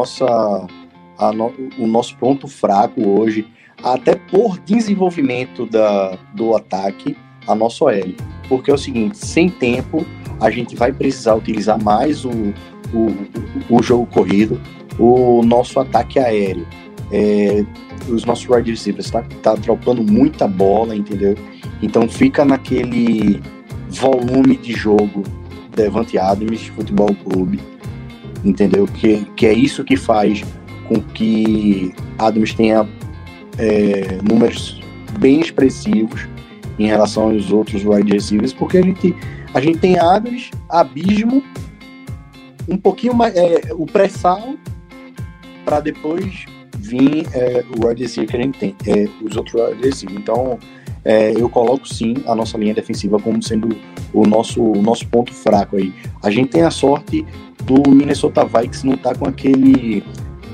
o nosso ponto fraco hoje, até por desenvolvimento do ataque, a nossa OL. Porque é o seguinte, sem tempo, a gente vai precisar utilizar mais o jogo corrido, o nosso ataque aéreo. Os nossos wide receivers tá dropando muita bola, entendeu? Então fica naquele volume de jogo Davante Adams Futebol Clube, entendeu? Que é isso que faz com que Adams tenha números bem expressivos em relação aos outros wide receivers, porque a gente tem Adams, abismo, um pouquinho mais o pré-sal, para depois vir o wide receiver que a gente tem, os outros wide receivers. Então eu coloco sim a nossa linha defensiva como sendo o nosso ponto fraco aí. A gente tem a sorte do Minnesota Vikings não estar com aquele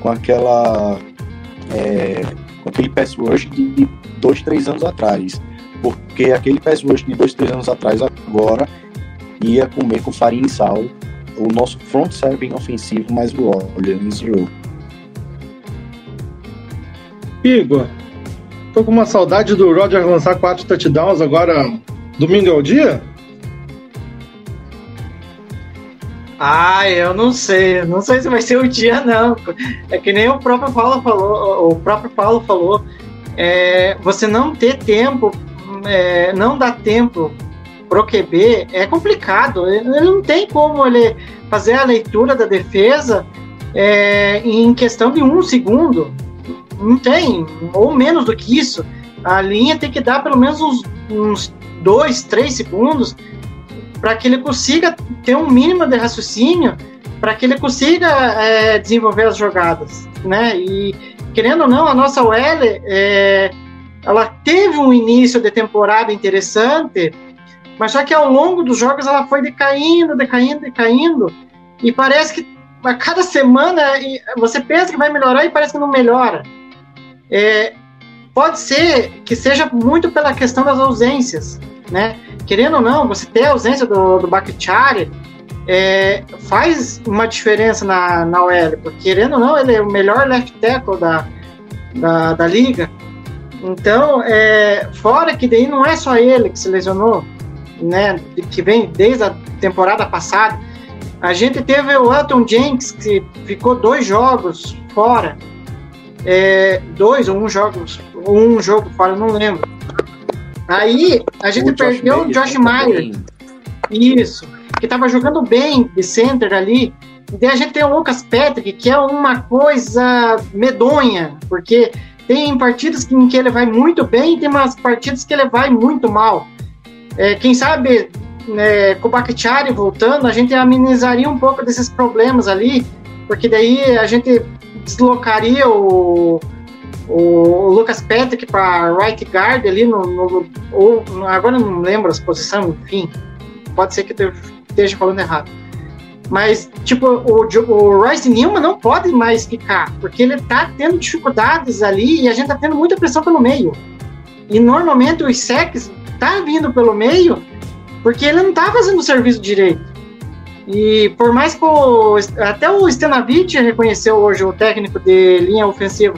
pass rush de 2-3 anos atrás, porque aquele pass rush de 2-3 anos atrás agora ia comer com farinha e sal o nosso front seven ofensivo mais o Rodgers nesse jogo. Igor, tô com uma saudade do Rodgers lançar 4 touchdowns agora, domingo é o dia? Eu não sei se vai ser o dia, não. É que nem o próprio Paulo falou, você não ter tempo, não dar tempo pro QB é complicado. Ele não tem como ele fazer a leitura da defesa em questão de 1 segundo. Não tem, ou menos do que isso. A linha tem que dar pelo menos uns 2-3 segundos para que ele consiga ter um mínimo de raciocínio, para que ele consiga desenvolver as jogadas, né? E querendo ou não, a nossa OL ela teve um início de temporada interessante, mas só que ao longo dos jogos ela foi decaindo, e parece que a cada semana você pensa que vai melhorar e parece que não melhora. Pode ser que seja muito pela questão das ausências, né? Querendo ou não, você ter a ausência do Bakhtiari faz uma diferença na OL, porque querendo ou não, ele é o melhor left tackle da liga. Então, fora que daí não é só ele que se lesionou, né, que vem desde a temporada passada. A gente teve o Elton Jenkins, que ficou 2 jogos fora. 2 ou 1 jogo fora, não lembro. Aí a gente perdeu o Josh Myers. Isso, que estava jogando bem de center ali. E daí a gente tem o Lucas Patrick, que é uma coisa medonha, porque tem partidas em que ele vai muito bem e tem umas partidas que ele vai muito mal. Quem sabe, com o Bakhtiari voltando, a gente amenizaria um pouco desses problemas ali, porque daí a gente deslocaria o Lucas Patrick para right guard ali, agora eu não lembro as posições, enfim, pode ser que eu esteja falando errado. Mas, tipo, o Royce Newman não pode mais ficar, porque ele tá tendo dificuldades ali e a gente tá tendo muita pressão pelo meio. E normalmente os sacks tá vindo pelo meio porque ele não tá fazendo o serviço direito. E por mais que até o Stenavich reconheceu hoje, o técnico de linha ofensiva,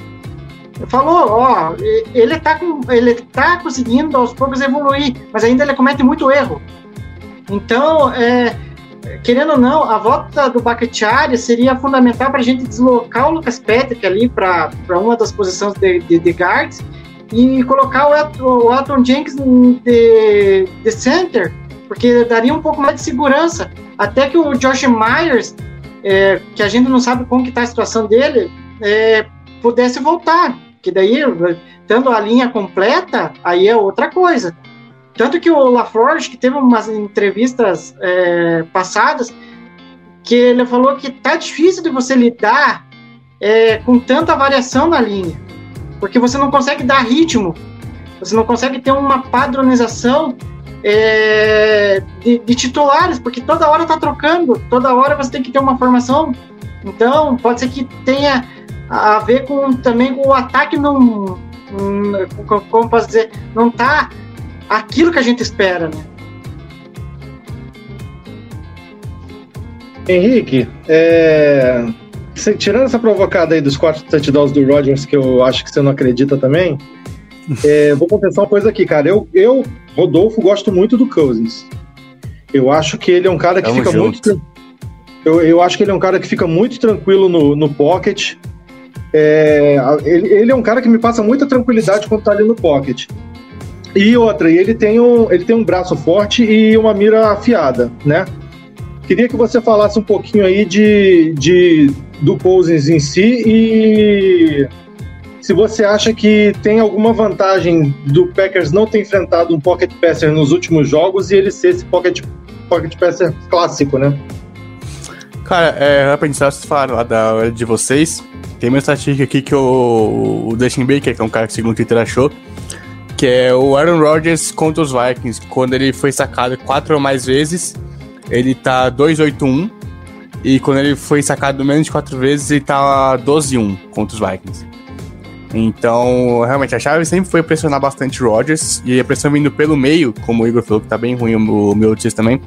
falou, ele tá conseguindo aos poucos evoluir, mas ainda ele comete muito erro. Então, querendo ou não, a volta do Bakhtiari seria fundamental para a gente deslocar o Lucas Patrick ali para uma das posições de guards e colocar o Elton Jenkins de center, porque daria um pouco mais de segurança, até que o Josh Myers, que a gente não sabe como que está a situação dele, pudesse voltar, que daí, tendo a linha completa, aí é outra coisa. Tanto que o LaForge, que teve umas entrevistas passadas, que ele falou que tá difícil de você lidar com tanta variação na linha, porque você não consegue dar ritmo, você não consegue ter uma padronização de titulares, porque toda hora tá trocando, toda hora você tem que ter uma formação. Então, pode ser que tenha a ver também com o ataque como posso dizer, não tá aquilo que a gente espera, né? Henrique, tirando essa provocada aí dos 4 touchdowns do Rodgers, que eu acho que você não acredita também, vou confessar uma coisa aqui, cara. Eu, Rodolfo, gosto muito do Cousins. Eu acho que ele é um cara que fica muito... Eu acho que ele é um cara que fica muito tranquilo no pocket. Ele é um cara que me passa muita tranquilidade quando tá ali no pocket. E outra, ele tem um braço forte e uma mira afiada, né? Queria que você falasse um pouquinho aí do Cousins em si e se você acha que tem alguma vantagem do Packers não ter enfrentado um pocket passer nos últimos jogos e ele ser esse pocket passer clássico, né? Cara, pra pensar, vocês falaram lá da hora de vocês, tem uma estatística aqui que o Dustin Baker, que é um cara que segundo o Twitter achou, que é o Aaron Rodgers contra os Vikings, quando ele foi sacado 4 ou mais vezes, ele tá 2-8-1, e quando ele foi sacado menos de 4 vezes, ele tá 12-1 contra os Vikings. Então, realmente, a chave sempre foi pressionar bastante o Rodgers, e a pressão vindo pelo meio, como o Igor falou, que tá bem ruim o meu notícia também,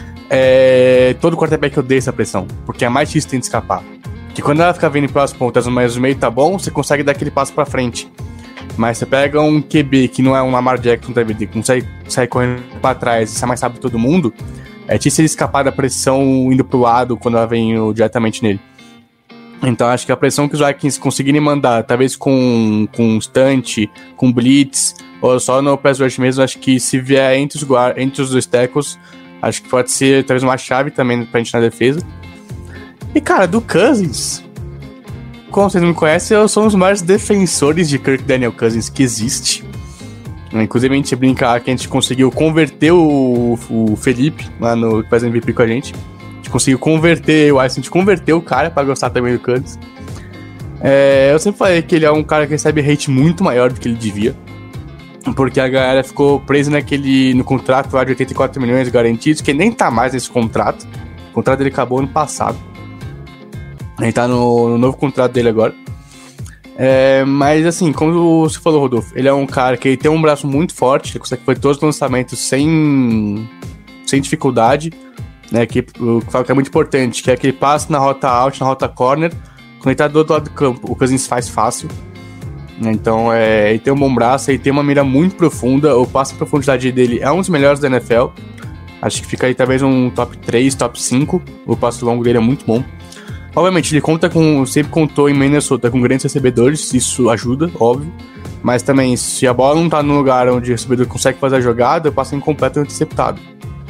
todo quarterback odeia essa pressão, porque é mais difícil de escapar. Que quando ela fica vindo pelas pontas, mas o meio tá bom, você consegue dar aquele passo pra frente. Mas você pega um QB que não é um Lamar Jackson da vida, que consegue sair correndo pra trás e sai mais rápido todo mundo, é difícil ele escapar da pressão indo pro lado quando ela vem diretamente nele. Então acho que a pressão que os Vikings conseguirem mandar, talvez com stunt, com blitz, ou só no pass rush mesmo, acho que se vier entre os dois tackles, acho que pode ser talvez uma chave também pra gente na defesa. E cara, do Cousins, como vocês não me conhecem, eu sou um dos maiores defensores de Kirk Daniel Cousins que existe. Inclusive a gente brinca que a gente conseguiu converter o Felipe lá no que faz MVP com a gente. A gente conseguiu converter, eu acho que a gente converteu o cara pra gostar também do Cousins. Eu sempre falei que ele é um cara que recebe hate muito maior do que ele devia, porque a galera ficou presa no contrato lá de 84 milhões garantidos, que nem tá mais nesse contrato. O contrato dele acabou ano passado. Ele tá no novo contrato dele agora. Mas assim, como você falou, Rodolfo, ele é um cara que ele tem um braço muito forte, ele consegue fazer todos os lançamentos sem dificuldade, né? Que é muito importante, que é aquele passe na rota out, na rota corner. Quando ele tá do outro lado do campo, o Cousins faz fácil. né? Então, ele tem um bom braço, ele tem uma mira muito profunda, o passe de profundidade dele é um dos melhores da NFL. Acho que fica aí talvez um top 3, top 5. O passe longo dele é muito bom. Obviamente, ele sempre contou em Minnesota com grandes recebedores, isso ajuda, óbvio. Mas também, se a bola não tá no lugar onde o recebedor consegue fazer a jogada, o passe é incompleto ou interceptado.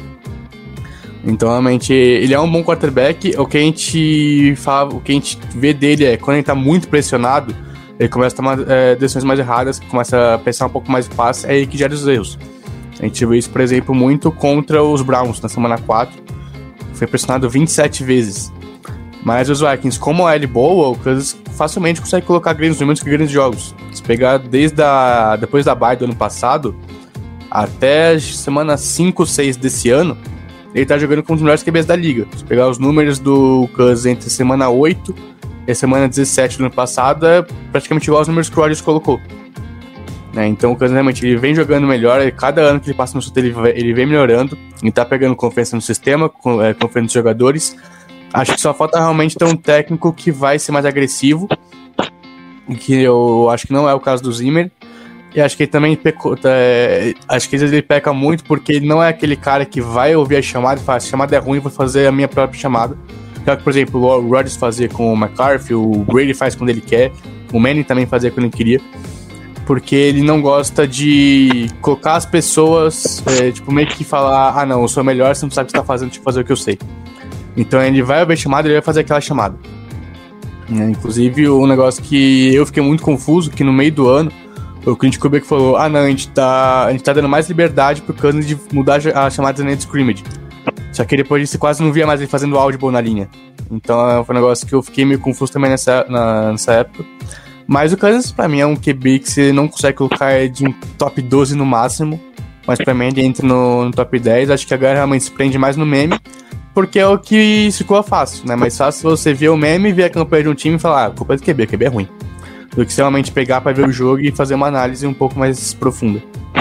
Então, realmente, ele é um bom quarterback. O que a gente vê dele é, quando ele tá muito pressionado, ele começa a tomar decisões mais erradas, começa a pensar um pouco mais o passe, é ele que gera os erros. A gente viu isso, por exemplo, muito contra os Browns na semana 4. Foi pressionado 27 vezes. Mas os Vikings, como a L boa, o Kansas facilmente consegue colocar grandes números que grandes jogos. Se pegar depois da bye do ano passado, até semana 5, 6 desse ano, ele tá jogando com os melhores QBs da liga. Se pegar os números do Kansas entre semana 8 e semana 17 do ano passado, é praticamente igual aos números que o Rodgers colocou. Então o Kansas realmente ele vem jogando melhor, e cada ano que ele passa no chute ele vem melhorando, ele tá pegando confiança no sistema, confiança nos jogadores. Acho que só falta realmente ter um técnico que vai ser mais agressivo, que eu acho que não é o caso do Zimmer. E acho que ele também acho que às vezes ele peca muito porque ele não é aquele cara que vai ouvir a chamada e fala, se a chamada é ruim, vou fazer a minha própria chamada. Que é o que, por exemplo, o Rodgers fazia com o McCarthy, o Brady faz quando ele quer, o Manning também fazia quando ele queria. Porque ele não gosta de colocar as pessoas, meio que falar, não, eu sou melhor, você não sabe o que você tá fazendo, deixa eu fazer o que eu sei. Então ele vai ouvir a chamada e ele vai fazer aquela chamada. Inclusive, um negócio que eu fiquei muito confuso, que no meio do ano, o Clint Kubiak falou, não, a gente tá dando mais liberdade pro Cousins de mudar a chamada de scrimmage. Só que depois disso, quase não via mais ele fazendo audible na linha. Então foi um negócio que eu fiquei meio confuso também nessa época. Mas o Cousins, pra mim, é um QB que você não consegue colocar de um top 12 no máximo. Mas pra mim, ele entra no top 10. Acho que a galera realmente se prende mais no meme, porque é o que ficou fácil, né? Mais fácil você ver o meme, ver a campanha de um time e falar, culpa do QB, o QB é ruim. Do que realmente pegar pra ver o jogo e fazer uma análise um pouco mais profunda.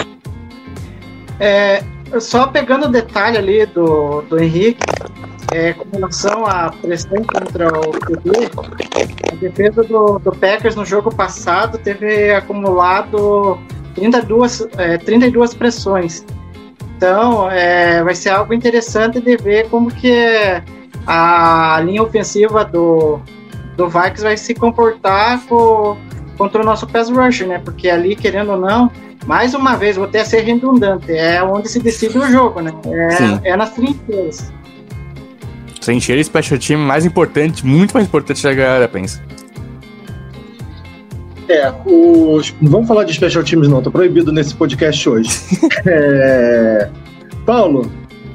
Só pegando o detalhe ali do Henrique, com relação à pressão contra o QB, a defesa do Packers no jogo passado teve acumulado 32 pressões. Então, vai ser algo interessante de ver como que a linha ofensiva do Vikings vai se comportar contra o nosso pass rusher, né? Porque ali, querendo ou não, mais uma vez, vou até ser redundante, é onde se decide o jogo, né? Nas trincheiras. Trincheira e special team mais importante, muito mais importante da galera pensa. Não vamos falar de special teams não, tá proibido nesse podcast hoje. Paulo,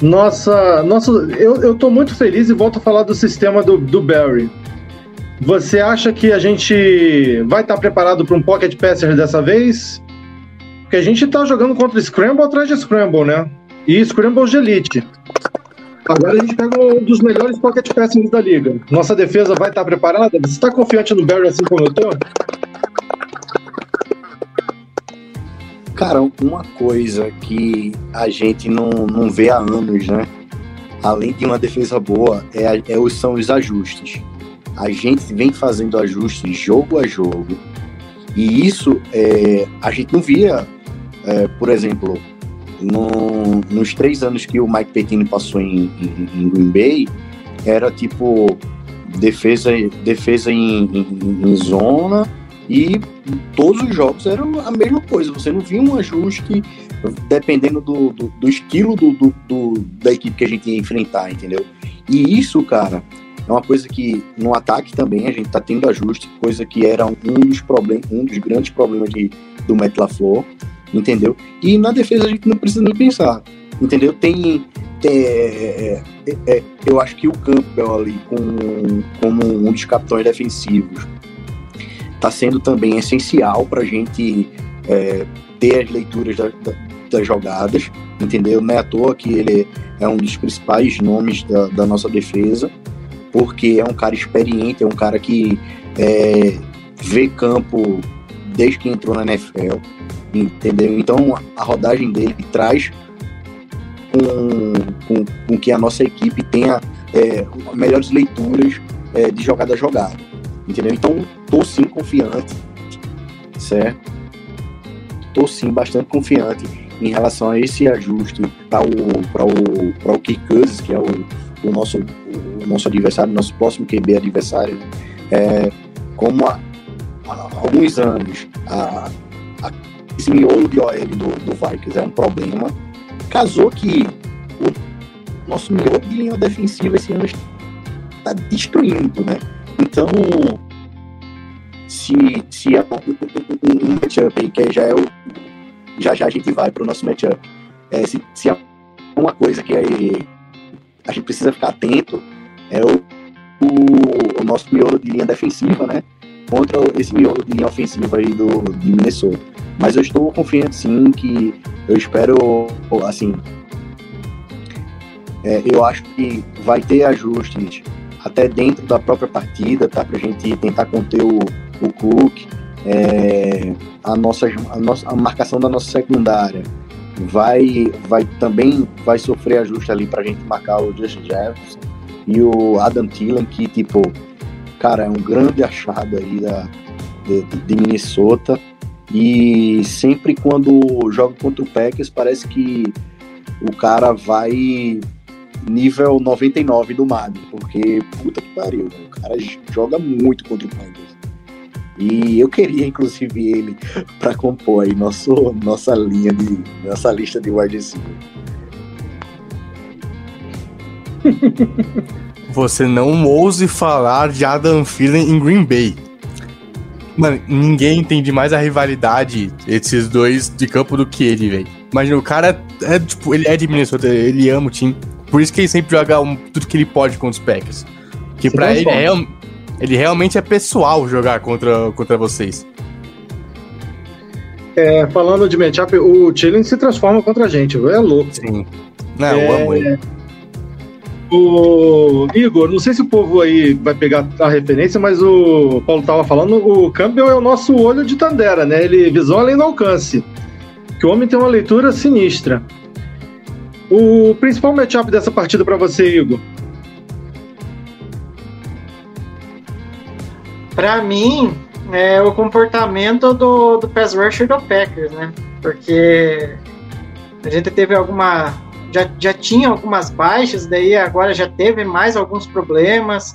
eu tô muito feliz e volto a falar do sistema do Barry. Você acha que a gente vai estar preparado para um pocket passer dessa vez? Porque a gente tá jogando contra Scramble atrás de Scramble, né? E Scramble de elite. Agora a gente pega um dos melhores pocket passers da liga. Nossa defesa vai estar preparada? Você tá confiante no Barry assim como eu tô? Cara, uma coisa que a gente não vê há anos, né? Além de uma defesa boa, são os ajustes. A gente vem fazendo ajustes jogo a jogo. E isso a gente não via, por exemplo, nos 3 anos que o Mike Pettine passou em Green Bay, era tipo defesa em zona, e todos os jogos eram a mesma coisa. Você não via um ajuste dependendo do estilo da equipe que a gente ia enfrentar, entendeu? E isso, cara, é uma coisa que no ataque também a gente tá tendo ajuste, coisa que era um dos grandes problemas do Matt LaFleur, entendeu? E na defesa a gente não precisa nem pensar, entendeu? Eu acho que o Campbell ali como um dos capitães defensivos tá sendo também essencial pra gente ter as leituras das jogadas, entendeu? Não é à toa que ele é um dos principais nomes da nossa defesa, porque é um cara experiente, é um cara que vê campo desde que entrou na NFL, entendeu? Então a rodagem dele traz com que a nossa equipe tenha melhores leituras de jogada a jogada, entendeu? Então tô sim confiante, certo. Estou sim bastante confiante em relação a esse ajuste para o Kirk Cousins, que é o nosso adversário, nosso próximo QB adversário. Como há alguns anos esse miolo de OL do Vikings é um problema, casou que o nosso miolo de linha defensiva esse ano está destruindo, né? Então, se é um matchup aí, que já a gente vai para o nosso matchup, se é uma coisa que a gente precisa ficar atento, é o nosso miolo de linha defensiva, né? Contra esse miolo de linha ofensiva aí de Minnesota. Mas eu estou confiante sim, que eu espero, assim, eu acho que vai ter ajustes até dentro da própria partida, tá? Pra gente tentar conter o Cook, a marcação da nossa secundária também vai sofrer ajuste ali pra gente marcar o Justin Jefferson e o Adam Thielen, que, tipo, cara, é um grande achado aí de Minnesota, e sempre quando joga contra o Packers parece que o cara vai nível 99 do Madden, porque puta que pariu, né? O cara joga muito contra o Packers. E eu queria, inclusive, ele para compor aí nossa lista de wide receiver. Você não ouse falar de Adam Thielen em Green Bay. Mano, ninguém entende mais a rivalidade desses dois de campo do que ele, velho. Imagina, o cara tipo, ele é de Minnesota, ele ama o time. Por isso que ele sempre joga tudo que ele pode contra os Packers. Porque pra ele realmente é pessoal jogar contra vocês. Falando de matchup, o Thielen se transforma contra a gente, é louco. Sim. Não, eu amo ele. O Igor, não sei se o povo aí vai pegar a referência, mas o Paulo tava falando, o Campbell é o nosso olho de Tandera, né? Ele visão além do alcance. Que o homem tem uma leitura sinistra. O principal matchup dessa partida para você, Igor? Para mim, é o comportamento do pass rusher do Packers, né? Porque a gente teve já tinha algumas baixas, daí agora já teve mais alguns problemas.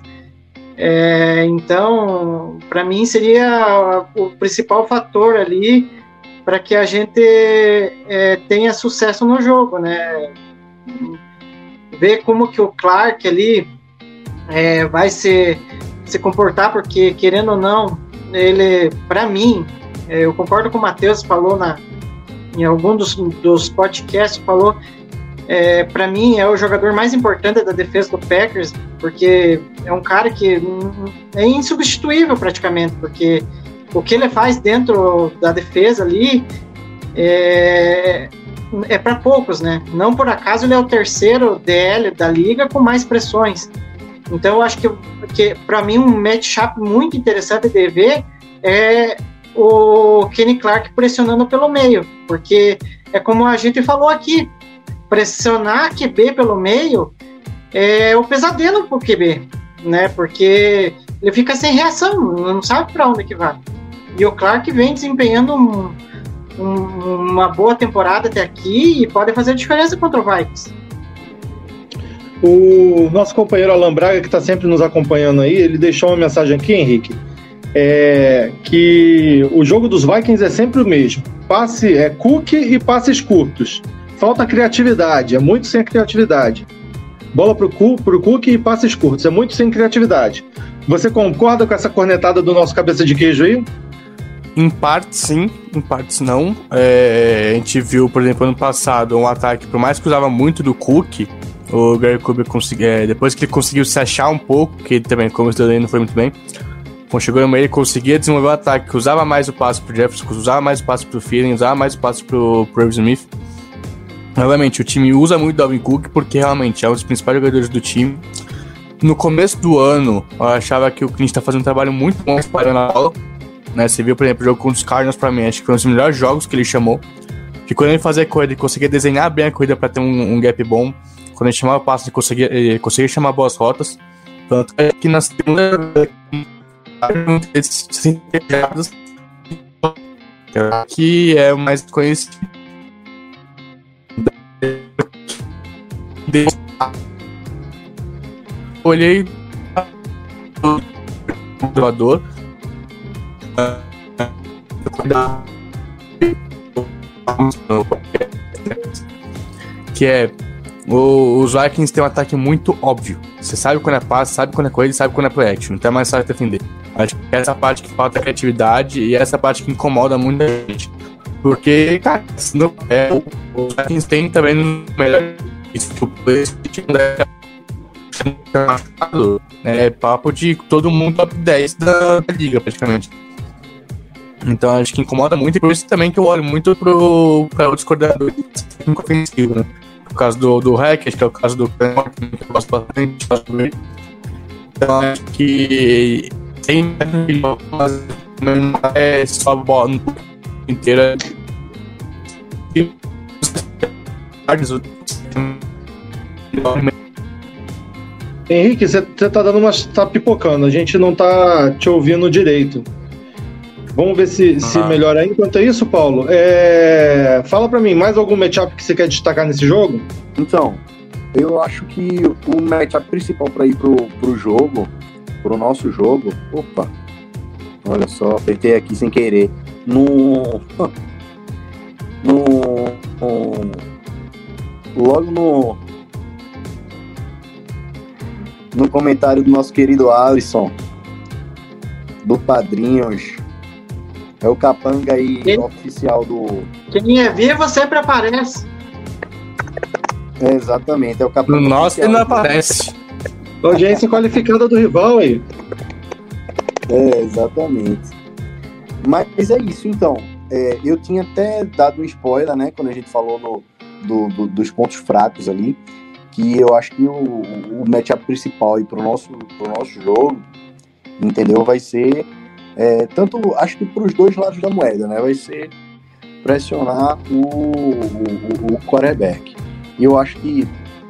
Então, para mim, seria o principal fator ali para que a gente tenha sucesso no jogo, né? Ver como que o Clark ali vai se comportar, porque, querendo ou não, ele, para mim, eu concordo com o Matheus, falou em algum dos podcasts, falou, para mim é o jogador mais importante da defesa do Packers, porque é um cara que é insubstituível praticamente, porque o que ele faz dentro da defesa ali é para poucos, né? Não por acaso ele é o terceiro DL da liga com mais pressões. Então eu acho que para mim um matchup muito interessante de ver é o Kenny Clark pressionando pelo meio, porque é como a gente falou aqui, pressionar QB pelo meio é o pesadelo pro QB, né? Porque ele fica sem reação, não sabe para onde que vai. E o Clark vem desempenhando uma boa temporada até aqui e pode fazer diferença contra o Vikings. O nosso companheiro Alan Braga, que está sempre nos acompanhando aí, ele deixou uma mensagem aqui, Henrique, que o jogo dos Vikings é sempre o mesmo. Passe Cook e passes curtos. Falta criatividade, é muito sem criatividade. Bola pro Cook e passes curtos, é muito sem criatividade. Você concorda com essa cornetada do nosso cabeça de queijo aí? Em partes sim, em partes não. A gente viu, por exemplo, ano passado, um ataque, por mais que usava muito do Cook, o Gary Kubiak depois que ele conseguiu se achar um pouco, que ele também, como eu não foi muito bem, quando chegou no meio, ele conseguia desenvolver um ataque que usava mais o passe pro Jefferson, usava mais o passe pro Thielen, usava mais o passe pro Irv Smith. Realmente, o time usa muito o Dalvin Cook, porque realmente é um dos principais jogadores do time. No começo do ano, eu achava que o Clint tá fazendo um trabalho muito bom parando a bola. Né? Você viu, por exemplo, o jogo contra os Cardinals, pra mim, acho que foi um dos melhores jogos que ele chamou. Que quando ele fazia corrida, ele conseguia desenhar bem a corrida pra ter um gap bom. Quando ele chamava passe, ele conseguia chamar boas rotas. Tanto é que na segunda que é mais conhecido. Olhei o jogador que é os Vikings tem um ataque muito óbvio. Você sabe quando é passe, sabe quando é corrida, sabe quando é play action. Não tem mais fácil defender. Acho que essa parte que falta criatividade e essa parte que incomoda muita gente. Porque, cara, os Vikings tem também no melhor é papo de todo mundo top 10 da liga, praticamente. Então acho que incomoda muito, e por isso também que eu olho muito para outros coordenadores ofensivos, né? Por causa do Hackett, que é o caso do Clemson, que eu gosto bastante. Então acho que tem, mas não é só a bola inteira. Henrique, você tá dando tá pipocando, a gente não tá te ouvindo direito. Vamos ver se melhora aí. Enquanto isso, Paulo, fala pra mim, mais algum matchup que você quer destacar nesse jogo? Então, eu acho que o matchup principal para ir pro jogo, pro nosso jogo, opa, olha só, apertei aqui sem querer, logo no comentário do nosso querido Alisson, do Padrinhos, é o capanga aí oficial do... Quem é vivo sempre aparece. Exatamente, é o capanga no nosso ele não do... aparece. Audiência qualificada do rival aí. Exatamente. Mas é isso, então. Eu tinha até dado um spoiler, né, quando a gente falou dos pontos fracos ali, que eu acho que o matchup principal aí pro nosso jogo, entendeu, vai ser tanto, acho que pros dois lados da moeda, né, vai ser pressionar o quarterback. E eu acho que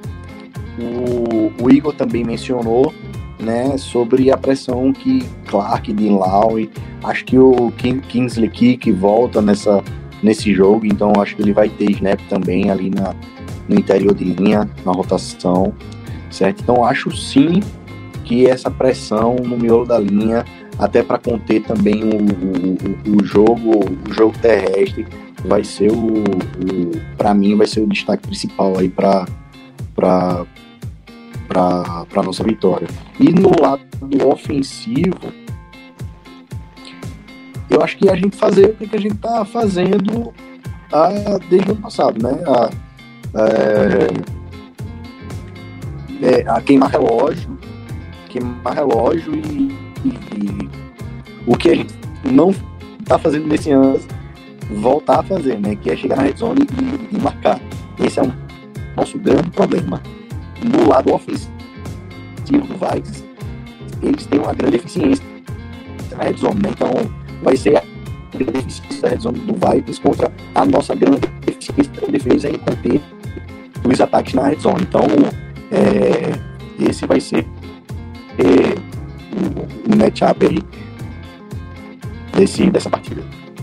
o Igor também mencionou, né, sobre a pressão que Clark, Dean Lowry, acho que o Kingsley Kick volta nesse jogo, então acho que ele vai ter snap também ali no interior de linha, na rotação, certo? Então acho sim que essa pressão no miolo da linha, até para conter também o jogo terrestre, vai ser para mim vai ser o destaque principal aí para nossa vitória. E no lado ofensivo, eu acho que a gente fazer o que a gente tá fazendo desde o ano passado, né? A queimar relógio e o que a gente não tá fazendo nesse ano, voltar a fazer, né? Que é chegar na red zone e marcar. Esse é o nosso grande problema. No lado ofensivo do Vikings, eles têm uma grande eficiência na red zone, né? Então vai ser a grande eficiência da red zone do Vikings contra a nossa grande eficiência da defesa em conter os ataques na red zone. Então esse vai ser o matchup aí dessa partida.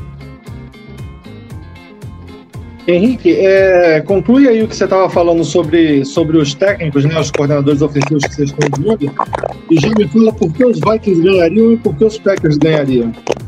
Henrique, conclui aí o que você estava falando sobre os técnicos, né, os coordenadores ofensivos que vocês estão vendo, e já me fala por que os Vikings ganhariam e por que os Packers ganhariam.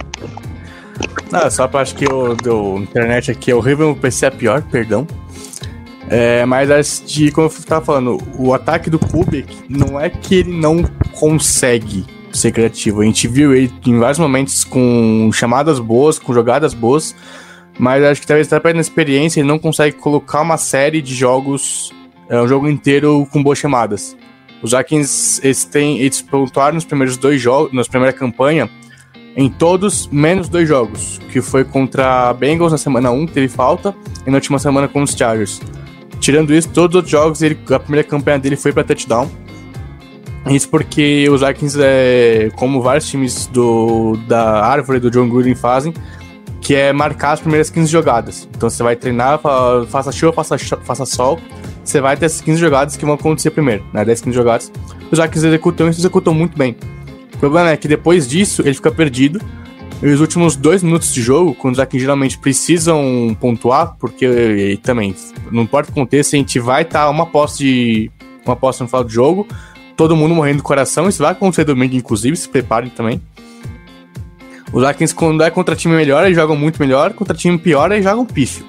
Só a parte que deu internet aqui é horrível, o PC é pior, perdão. Mas como eu estava falando, o ataque do Kubiak não é que ele não consegue ser criativo. A gente viu ele em vários momentos com chamadas boas, com jogadas boas, mas acho que talvez até perdendo experiência ele não consegue colocar uma série de jogos, um jogo inteiro com boas chamadas. Os Vikings, eles pontuaram nos primeiros 2 jogos, na primeira campanha, em todos menos 2 jogos, que foi contra a Bengals na semana 1, teve falta, e na última semana contra os Chargers. Tirando isso, todos os outros jogos, a primeira campanha dele foi para touchdown. Isso porque os Vikings, como vários times da árvore do John Gruden fazem, que é marcar as primeiras 15 jogadas. Então você vai treinar, faça chuva, faça sol, você vai ter essas 15 jogadas que vão acontecer primeiro, né? 10, 15 jogadas. Os Vikings executam muito bem. O problema é que depois disso ele fica perdido, E os últimos 2 minutos de jogo, quando os Vikings geralmente precisam pontuar, porque também, não importa o contexto, a gente vai estar uma posse no final do jogo, todo mundo morrendo do coração, isso vai acontecer domingo, inclusive, se preparem também. Os Vikings, quando é contra time melhor, eles jogam muito melhor, contra time pior, eles jogam pífio.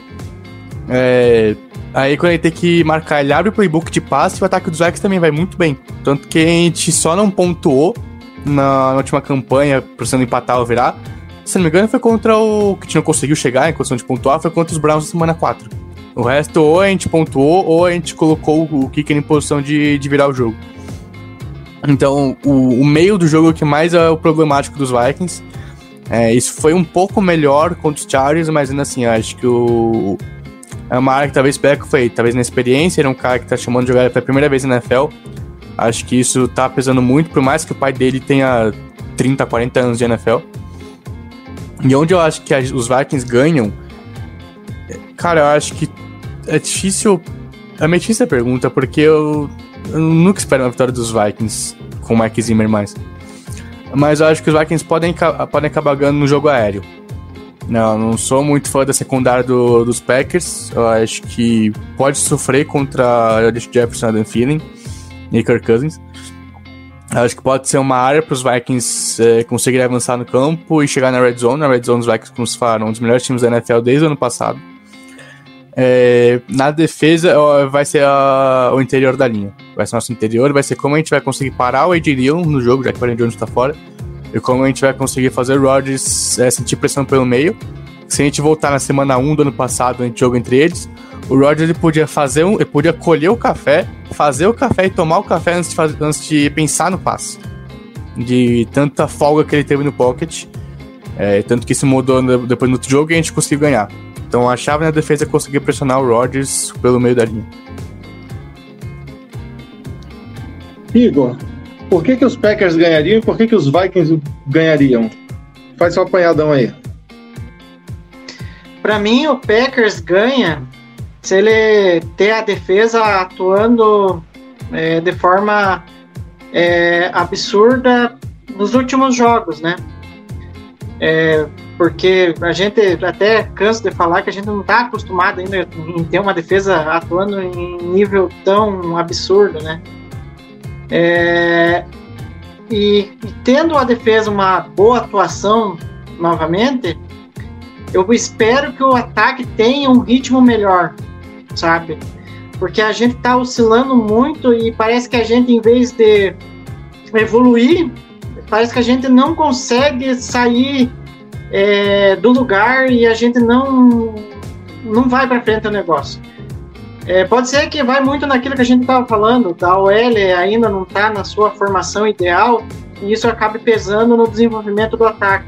Aí quando ele tem que marcar, ele abre o playbook de passe e o ataque dos Vikings também vai muito bem. Tanto que a gente só não pontuou na última campanha, precisando empatar ou virar. Se não me engano, foi contra o que a gente não conseguiu chegar em questão de pontuar, foi contra os Browns na semana 4. O resto, ou a gente pontuou, ou a gente colocou o kicker em posição de virar o jogo. Então, o meio do jogo que mais é o problemático dos Vikings. Isso foi um pouco melhor contra os Chargers, mas ainda assim, acho que é uma área que talvez Peco foi, talvez na experiência, era um cara que tá chamando de jogar pela primeira vez na NFL. Acho que isso tá pesando muito, por mais que o pai dele tenha 30, 40 anos de NFL. E onde eu acho que os Vikings ganham, cara, eu acho que é difícil. É meio difícil a pergunta, porque eu nunca espero uma vitória dos Vikings com o Mike Zimmer mais. Mas eu acho que os Vikings podem acabar ganhando no jogo aéreo. Não sou muito fã da secundária dos Packers. Eu acho que pode sofrer contra Jefferson, Adam Thielen e Kirk Cousins. Eu acho que pode ser uma área para os Vikings conseguirem avançar no campo e chegar na Red Zone. Na Red Zone, os Vikings, como se falaram, um dos melhores times da NFL desde o ano passado. Na defesa, vai ser o interior da linha. Vai ser nosso interior, vai ser como a gente vai conseguir parar o A.J. Dillon no jogo, já que o Aaron Jones está fora. E como a gente vai conseguir fazer o Rodgers sentir pressão pelo meio. Se a gente voltar na semana 1 do ano passado, a gente joga entre eles, o Rodgers ele podia colher o café, fazer o café e tomar o café antes de pensar no passe. De tanta folga que ele teve no pocket. Tanto que isso mudou depois no outro jogo e a gente conseguiu ganhar. Então a chave na defesa é conseguir pressionar o Rodgers pelo meio da linha. Igor, por que os Packers ganhariam e por que os Vikings ganhariam? Faz seu apanhadão aí. Para mim, o Packers ganha se ele ter a defesa atuando de forma absurda nos últimos jogos, né? Porque a gente até cansa de falar que a gente não está acostumado ainda em ter uma defesa atuando em nível tão absurdo, né? E tendo a defesa uma boa atuação novamente, eu espero que o ataque tenha um ritmo melhor, sabe? Porque a gente tá oscilando muito e parece que a gente, em vez de evoluir, parece que a gente não consegue sair do lugar e a gente não vai para frente o negócio. Pode ser que vai muito naquilo que a gente estava falando, da OL ainda não está na sua formação ideal e isso acaba pesando no desenvolvimento do ataque.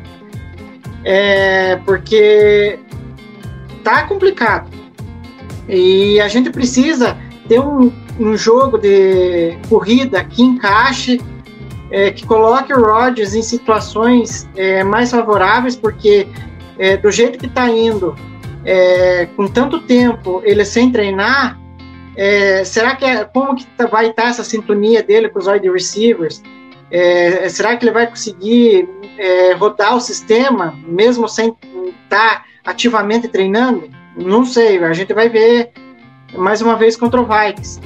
Porque tá complicado e a gente precisa ter um jogo de corrida que encaixe, que coloque o Rodgers em situações mais favoráveis, porque do jeito que está indo, com tanto tempo ele sem treinar, será que como que vai estar essa sintonia dele com os wide receivers? Será que ele vai conseguir rodar o sistema mesmo sem estar ativamente treinando? Não sei, a gente vai ver mais uma vez contra o Vikings.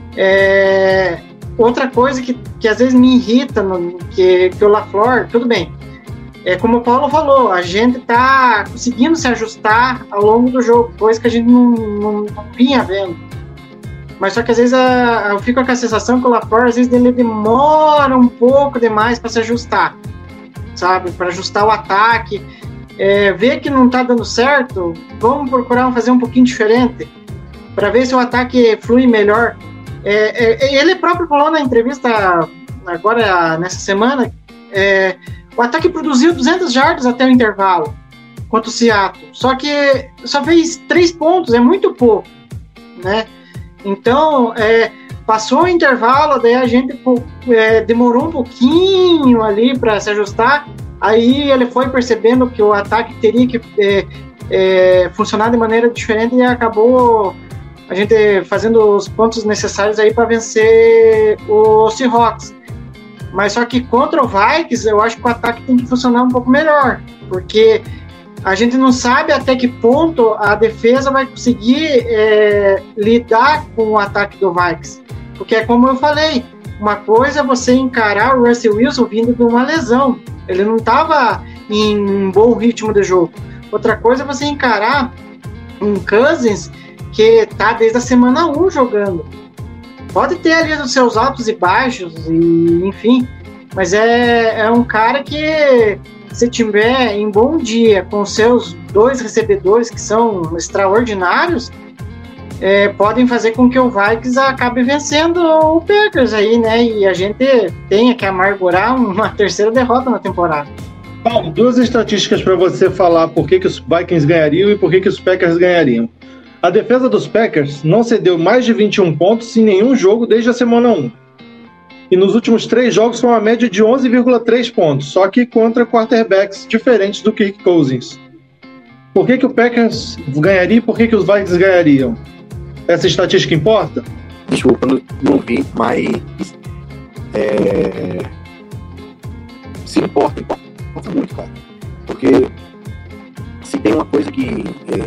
Outra coisa que às vezes me irrita, que o LaFleur, tudo bem, como o Paulo falou, a gente está conseguindo se ajustar ao longo do jogo, coisa que a gente não vinha vendo. Mas só que às vezes eu fico com a sensação que o LaFleur, às vezes, ele demora um pouco demais para se ajustar, sabe? Para ajustar o ataque. Ver que não está dando certo, vamos procurar fazer um pouquinho diferente, para ver se o ataque flui melhor. Ele próprio falou na entrevista, agora nessa semana, o ataque produziu 200 jardas até o intervalo, contra o Seattle. Só que só fez 3 pontos, é muito pouco, né? Então, passou o intervalo, daí a gente demorou um pouquinho ali para se ajustar, aí ele foi percebendo que o ataque teria que funcionar de maneira diferente e acabou a gente fazendo os pontos necessários aí para vencer o Seahawks. Mas só que contra o Vikings, eu acho que o ataque tem que funcionar um pouco melhor, porque a gente não sabe até que ponto a defesa vai conseguir lidar com o ataque do Vikings. Porque é como eu falei, uma coisa é você encarar o Russell Wilson vindo de uma lesão. Ele não estava em bom ritmo de jogo. Outra coisa é você encarar um Cousins que está desde a semana 1 jogando. Pode ter ali os seus altos e baixos, e, enfim, mas é um cara que, se tiver em bom dia com seus 2 recebedores que são extraordinários, podem fazer com que o Vikings acabe vencendo o Packers aí, né? E a gente tenha que amargurar uma terceira derrota na temporada. Paulo, 2 estatísticas para você falar por que os Vikings ganhariam e por que os Packers ganhariam. A defesa dos Packers não cedeu mais de 21 pontos em nenhum jogo desde a semana 1. E nos últimos 3 jogos foi uma média de 11,3 pontos, só que contra quarterbacks diferentes do Kirk Cousins. Por que o Packers ganharia e por que os Vikings ganhariam? Essa estatística importa? Desculpa, não vi, mas se importa muito, cara. Porque se tem uma coisa que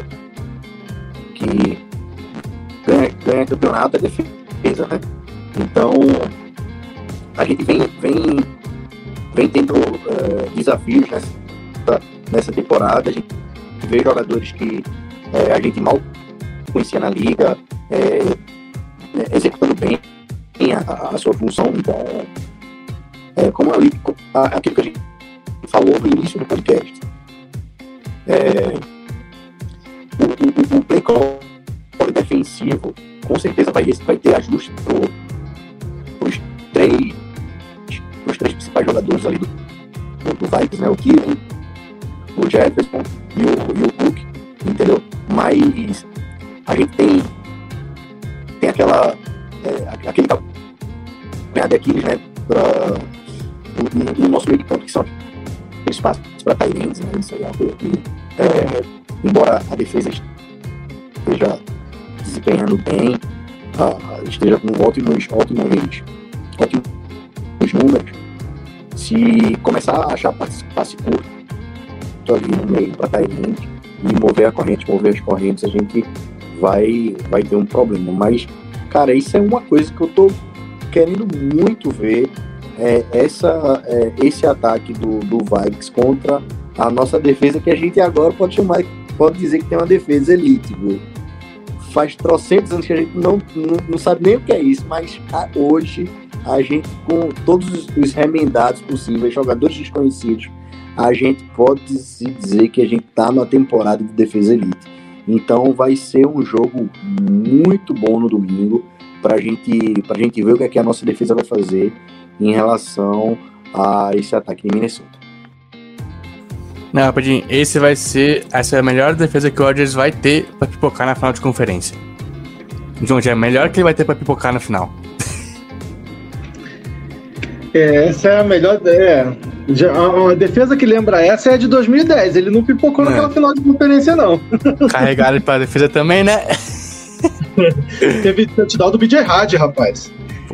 ganha campeonato é defesa, né? Então a gente vem tendo desafios nessa temporada. A gente vê jogadores que a gente mal conhecia na liga executando bem a sua função. Então, como aquilo que a gente falou no início do podcast, o play call defensivo com certeza vai ter ajuste para os 3 principais jogadores ali do Vikings, né? O Keenan, o Jefferson e o Cook, entendeu? Mas a gente tem aquele calcanhar de Aquiles, né? No nosso meio de campo, que são espaços para Tyrants, né? Isso aí é uma coisa que, embora a defesa esteja desempenhando bem, esteja com ótimos números, se começar a achar passe curto ali no meio para Tyrants e mover as correntes, a gente vai ter um problema. Mas, cara, isso é uma coisa que eu tô querendo muito ver, esse ataque do Vikings contra a nossa defesa, que a gente agora pode dizer que tem uma defesa elite, viu? Faz trocentos anos que a gente não sabe nem o que é isso, mas hoje a gente, com todos os remendados possíveis, jogadores desconhecidos, a gente pode se dizer que a gente tá numa temporada de defesa elite. Então vai ser um jogo muito bom no domingo pra gente ver o que a nossa defesa vai fazer em relação a esse ataque de Minnesota. Não, rapidinho, essa é a melhor defesa que o Rodgers vai ter pra pipocar na final de conferência. Então já é a melhor que ele vai ter pra pipocar na final. Essa é a melhor. A defesa que lembra essa é a de 2010. Ele não pipocou naquela final de conferência, não. Carregaram pra defesa também, né? Teve touchdown do BJ Hard, rapaz.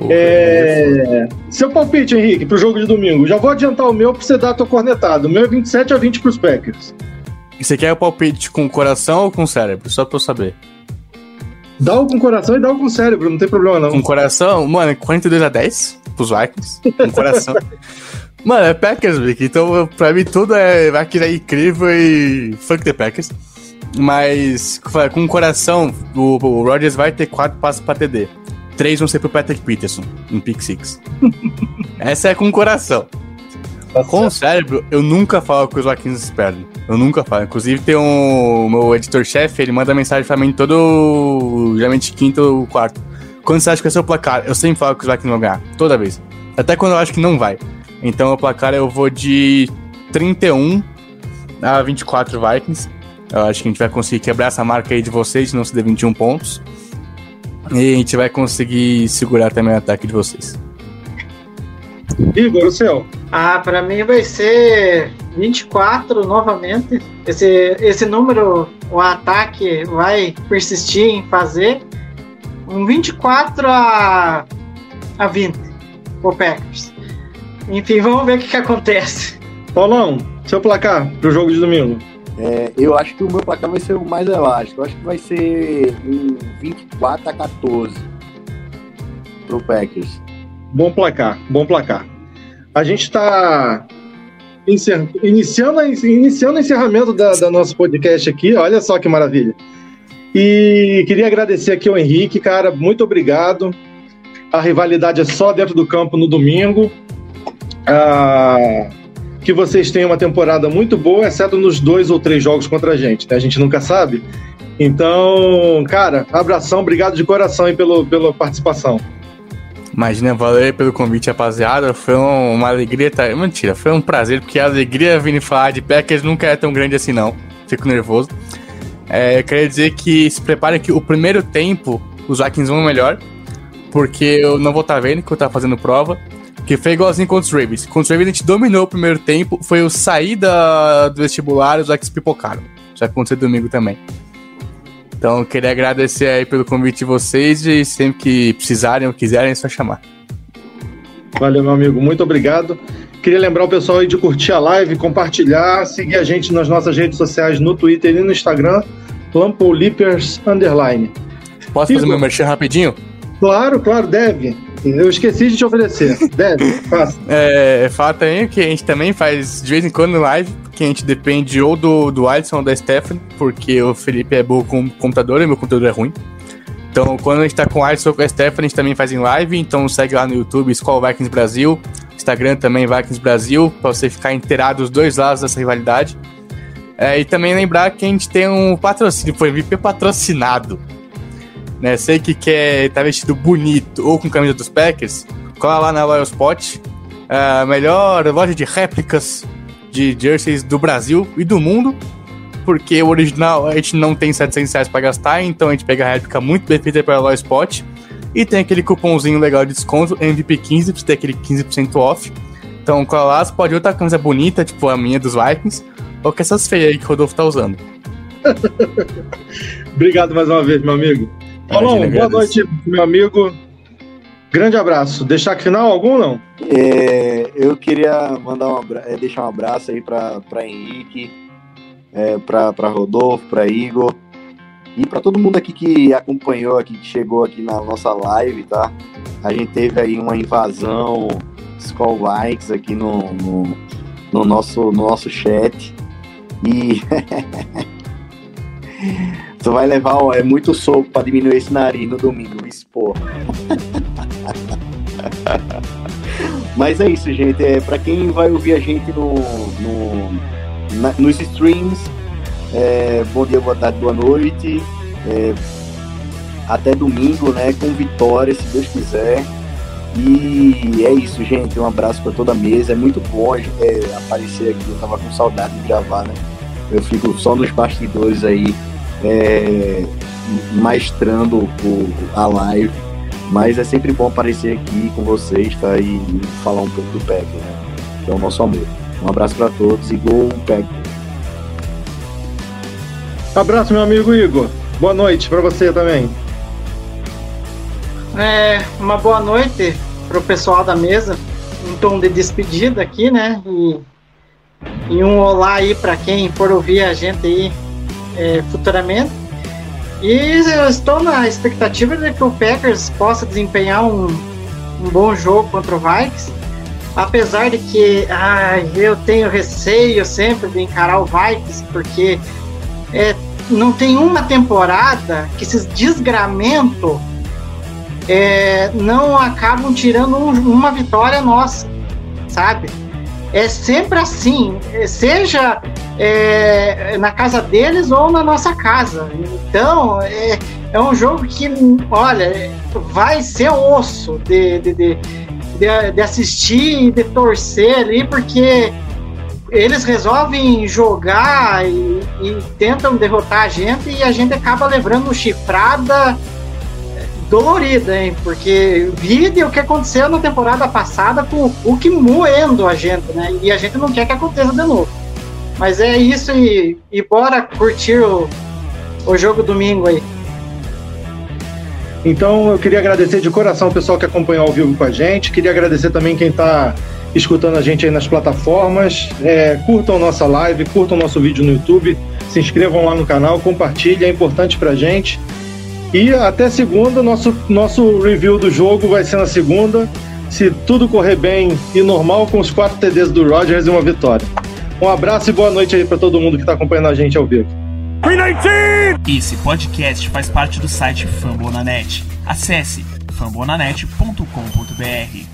Seu palpite, Henrique, pro jogo de domingo. Já vou adiantar o meu pra você dar a tua cornetada. O meu é 27-20 pros Packers. E você quer o palpite com o coração ou com o cérebro? Só pra eu saber. Dá o com o coração e dá o com o cérebro, não tem problema não. Com o coração, mano, 42-10 pros Vikings. Com o coração. Mano, é Packers, Vic. Então, pra mim, tudo vai é incrível e fuck the Packers. Mas, com o coração, o Rodgers vai ter 4 passos pra TD. 3 vão ser pro Patrick Peterson, em Pick 6. Essa é com o coração. Com o cérebro, eu nunca falo que os Vikings perdem. Eu nunca falo. Inclusive, tem o meu editor-chefe, ele manda mensagem pra mim geralmente quinto ou quarto. Quando você acha que vai ser o placar, eu sempre falo que os Vikings vão ganhar. Toda vez. Até quando eu acho que não vai. Então, o placar eu vou de 31-24 Vikings. Eu acho que a gente vai conseguir quebrar essa marca aí de vocês, de não se der 21 pontos. E a gente vai conseguir segurar também o ataque de vocês. Igor, o seu? Pra mim vai ser 24 novamente. Esse número, o ataque vai persistir em fazer. Um 24-20 pro Packers. Enfim, vamos ver o que acontece. Paulão, seu placar pro jogo de domingo. Eu acho que o meu placar vai ser o mais elástico. Eu acho que vai ser um 24-14 pro Packers. Bom placar. A gente está iniciando o encerramento da nosso podcast aqui. Olha só que maravilha. E queria agradecer aqui ao Henrique, cara. Muito obrigado. A rivalidade é só dentro do campo no domingo. Que vocês tenham uma temporada muito boa, exceto nos 2 ou 3 jogos contra a gente, né? A gente nunca sabe. Então, cara, abração, obrigado de coração aí pela participação. Imagina, valeu pelo convite, rapaziada. Foi uma alegria. Mentira, foi um prazer, porque a alegria vir falar de Packers nunca é tão grande assim, não. Fico nervoso. Eu queria dizer que se preparem que o primeiro tempo os Vikings vão melhor, porque eu não vou estar vendo que eu tava fazendo prova. Que foi igualzinho contra os Ravens. Contra os Ravens a gente dominou o primeiro tempo. Foi o sair do vestibular e os Vikings pipocaram. Já aconteceu domingo também. Então eu queria agradecer aí pelo convite de vocês. E sempre que precisarem ou quiserem é só chamar. Valeu, meu amigo. Muito obrigado. Queria lembrar o pessoal aí de curtir a live, compartilhar, seguir a gente nas nossas redes sociais no Twitter e no Instagram. lampolipers_. Posso fazer meu merchan rapidinho? Claro, deve. Eu esqueci de te oferecer. Deve, faça. Fala também que a gente também faz de vez em quando live, porque a gente depende ou do Alisson ou da Stephanie, porque o Felipe é bom com o computador e meu computador é ruim. Então, quando a gente tá com o Alisson ou com a Stephanie, a gente também faz em live, então segue lá no YouTube, Skol Vikings Brasil, Instagram também Vikings Brasil, pra você ficar inteirado dos dois lados dessa rivalidade. E também lembrar que a gente tem um patrocínio, foi MVP patrocinado. Né, sei que quer tá vestido bonito ou com camisa dos Packers, cola lá na Loyal Spot, a melhor loja de réplicas de jerseys do Brasil e do mundo, porque o original a gente não tem R$700 para gastar, então a gente pega a réplica muito bem feita pela Loyal Spot e tem aquele cupomzinho legal de desconto, MVP15, pra ter aquele 15% off. Então cola lá, você pode outra camisa bonita, tipo a minha dos Vikings, ou que essas feias aí que o Rodolfo tá usando. Obrigado mais uma vez, meu amigo. Paulão, boa noite, meu amigo. Grande abraço. Destaque final algum, não? Eu queria deixar um abraço aí para Henrique, para Rodolfo, para Igor e para todo mundo aqui que acompanhou, aqui, que chegou aqui na nossa live, tá? A gente teve aí uma invasão Skol Vikings aqui no nosso chat e tu vai levar muito soco pra diminuir esse nariz no domingo, expor. Mas é isso, gente. Pra quem vai ouvir a gente nos streams, bom dia, boa tarde, boa noite. Até domingo, né? Com vitória, se Deus quiser. E é isso, gente. Um abraço pra toda a mesa. É muito bom aparecer aqui. Eu tava com saudade de gravar, né? Eu fico só nos bastidores aí. Maestrando a live, mas é sempre bom aparecer aqui com vocês, tá? E falar um pouco do Packers, né? Que é o nosso amor. Um abraço para todos e Go Packers. Abraço, meu amigo Igor. Boa noite para você também. Uma boa noite pro pessoal da mesa, um tom de despedida aqui, né? E um olá aí para quem for ouvir a gente aí futuramente. E eu estou na expectativa de que o Packers possa desempenhar um bom jogo contra o Vikings, apesar de que eu tenho receio sempre de encarar o Vikings, porque não tem uma temporada que esses desgramentos não acabam tirando uma vitória nossa, sabe? É sempre assim, seja na casa deles ou na nossa casa. Então, é um jogo que, olha, vai ser osso de assistir e de torcer ali, porque eles resolvem jogar e tentam derrotar a gente e a gente acaba levando chifrada dolorida, hein? Porque vide o que aconteceu na temporada passada com o Hulk moendo a gente, né? E a gente não quer que aconteça de novo. Mas é isso e bora curtir o jogo domingo aí. Então eu queria agradecer de coração o pessoal que acompanhou ao vivo com a gente. Queria agradecer também quem está escutando a gente aí nas plataformas. Curtam nossa live, curtam nosso vídeo no YouTube, se inscrevam lá no canal, compartilhem, é importante pra gente. E até segunda, nosso review do jogo vai ser na segunda, se tudo correr bem e normal, com os 4 TDs do Rodgers e uma vitória. Um abraço e boa noite aí pra todo mundo que tá acompanhando a gente ao vivo. Esse podcast faz parte do site Fambonanet. Acesse fambonanet.com.br.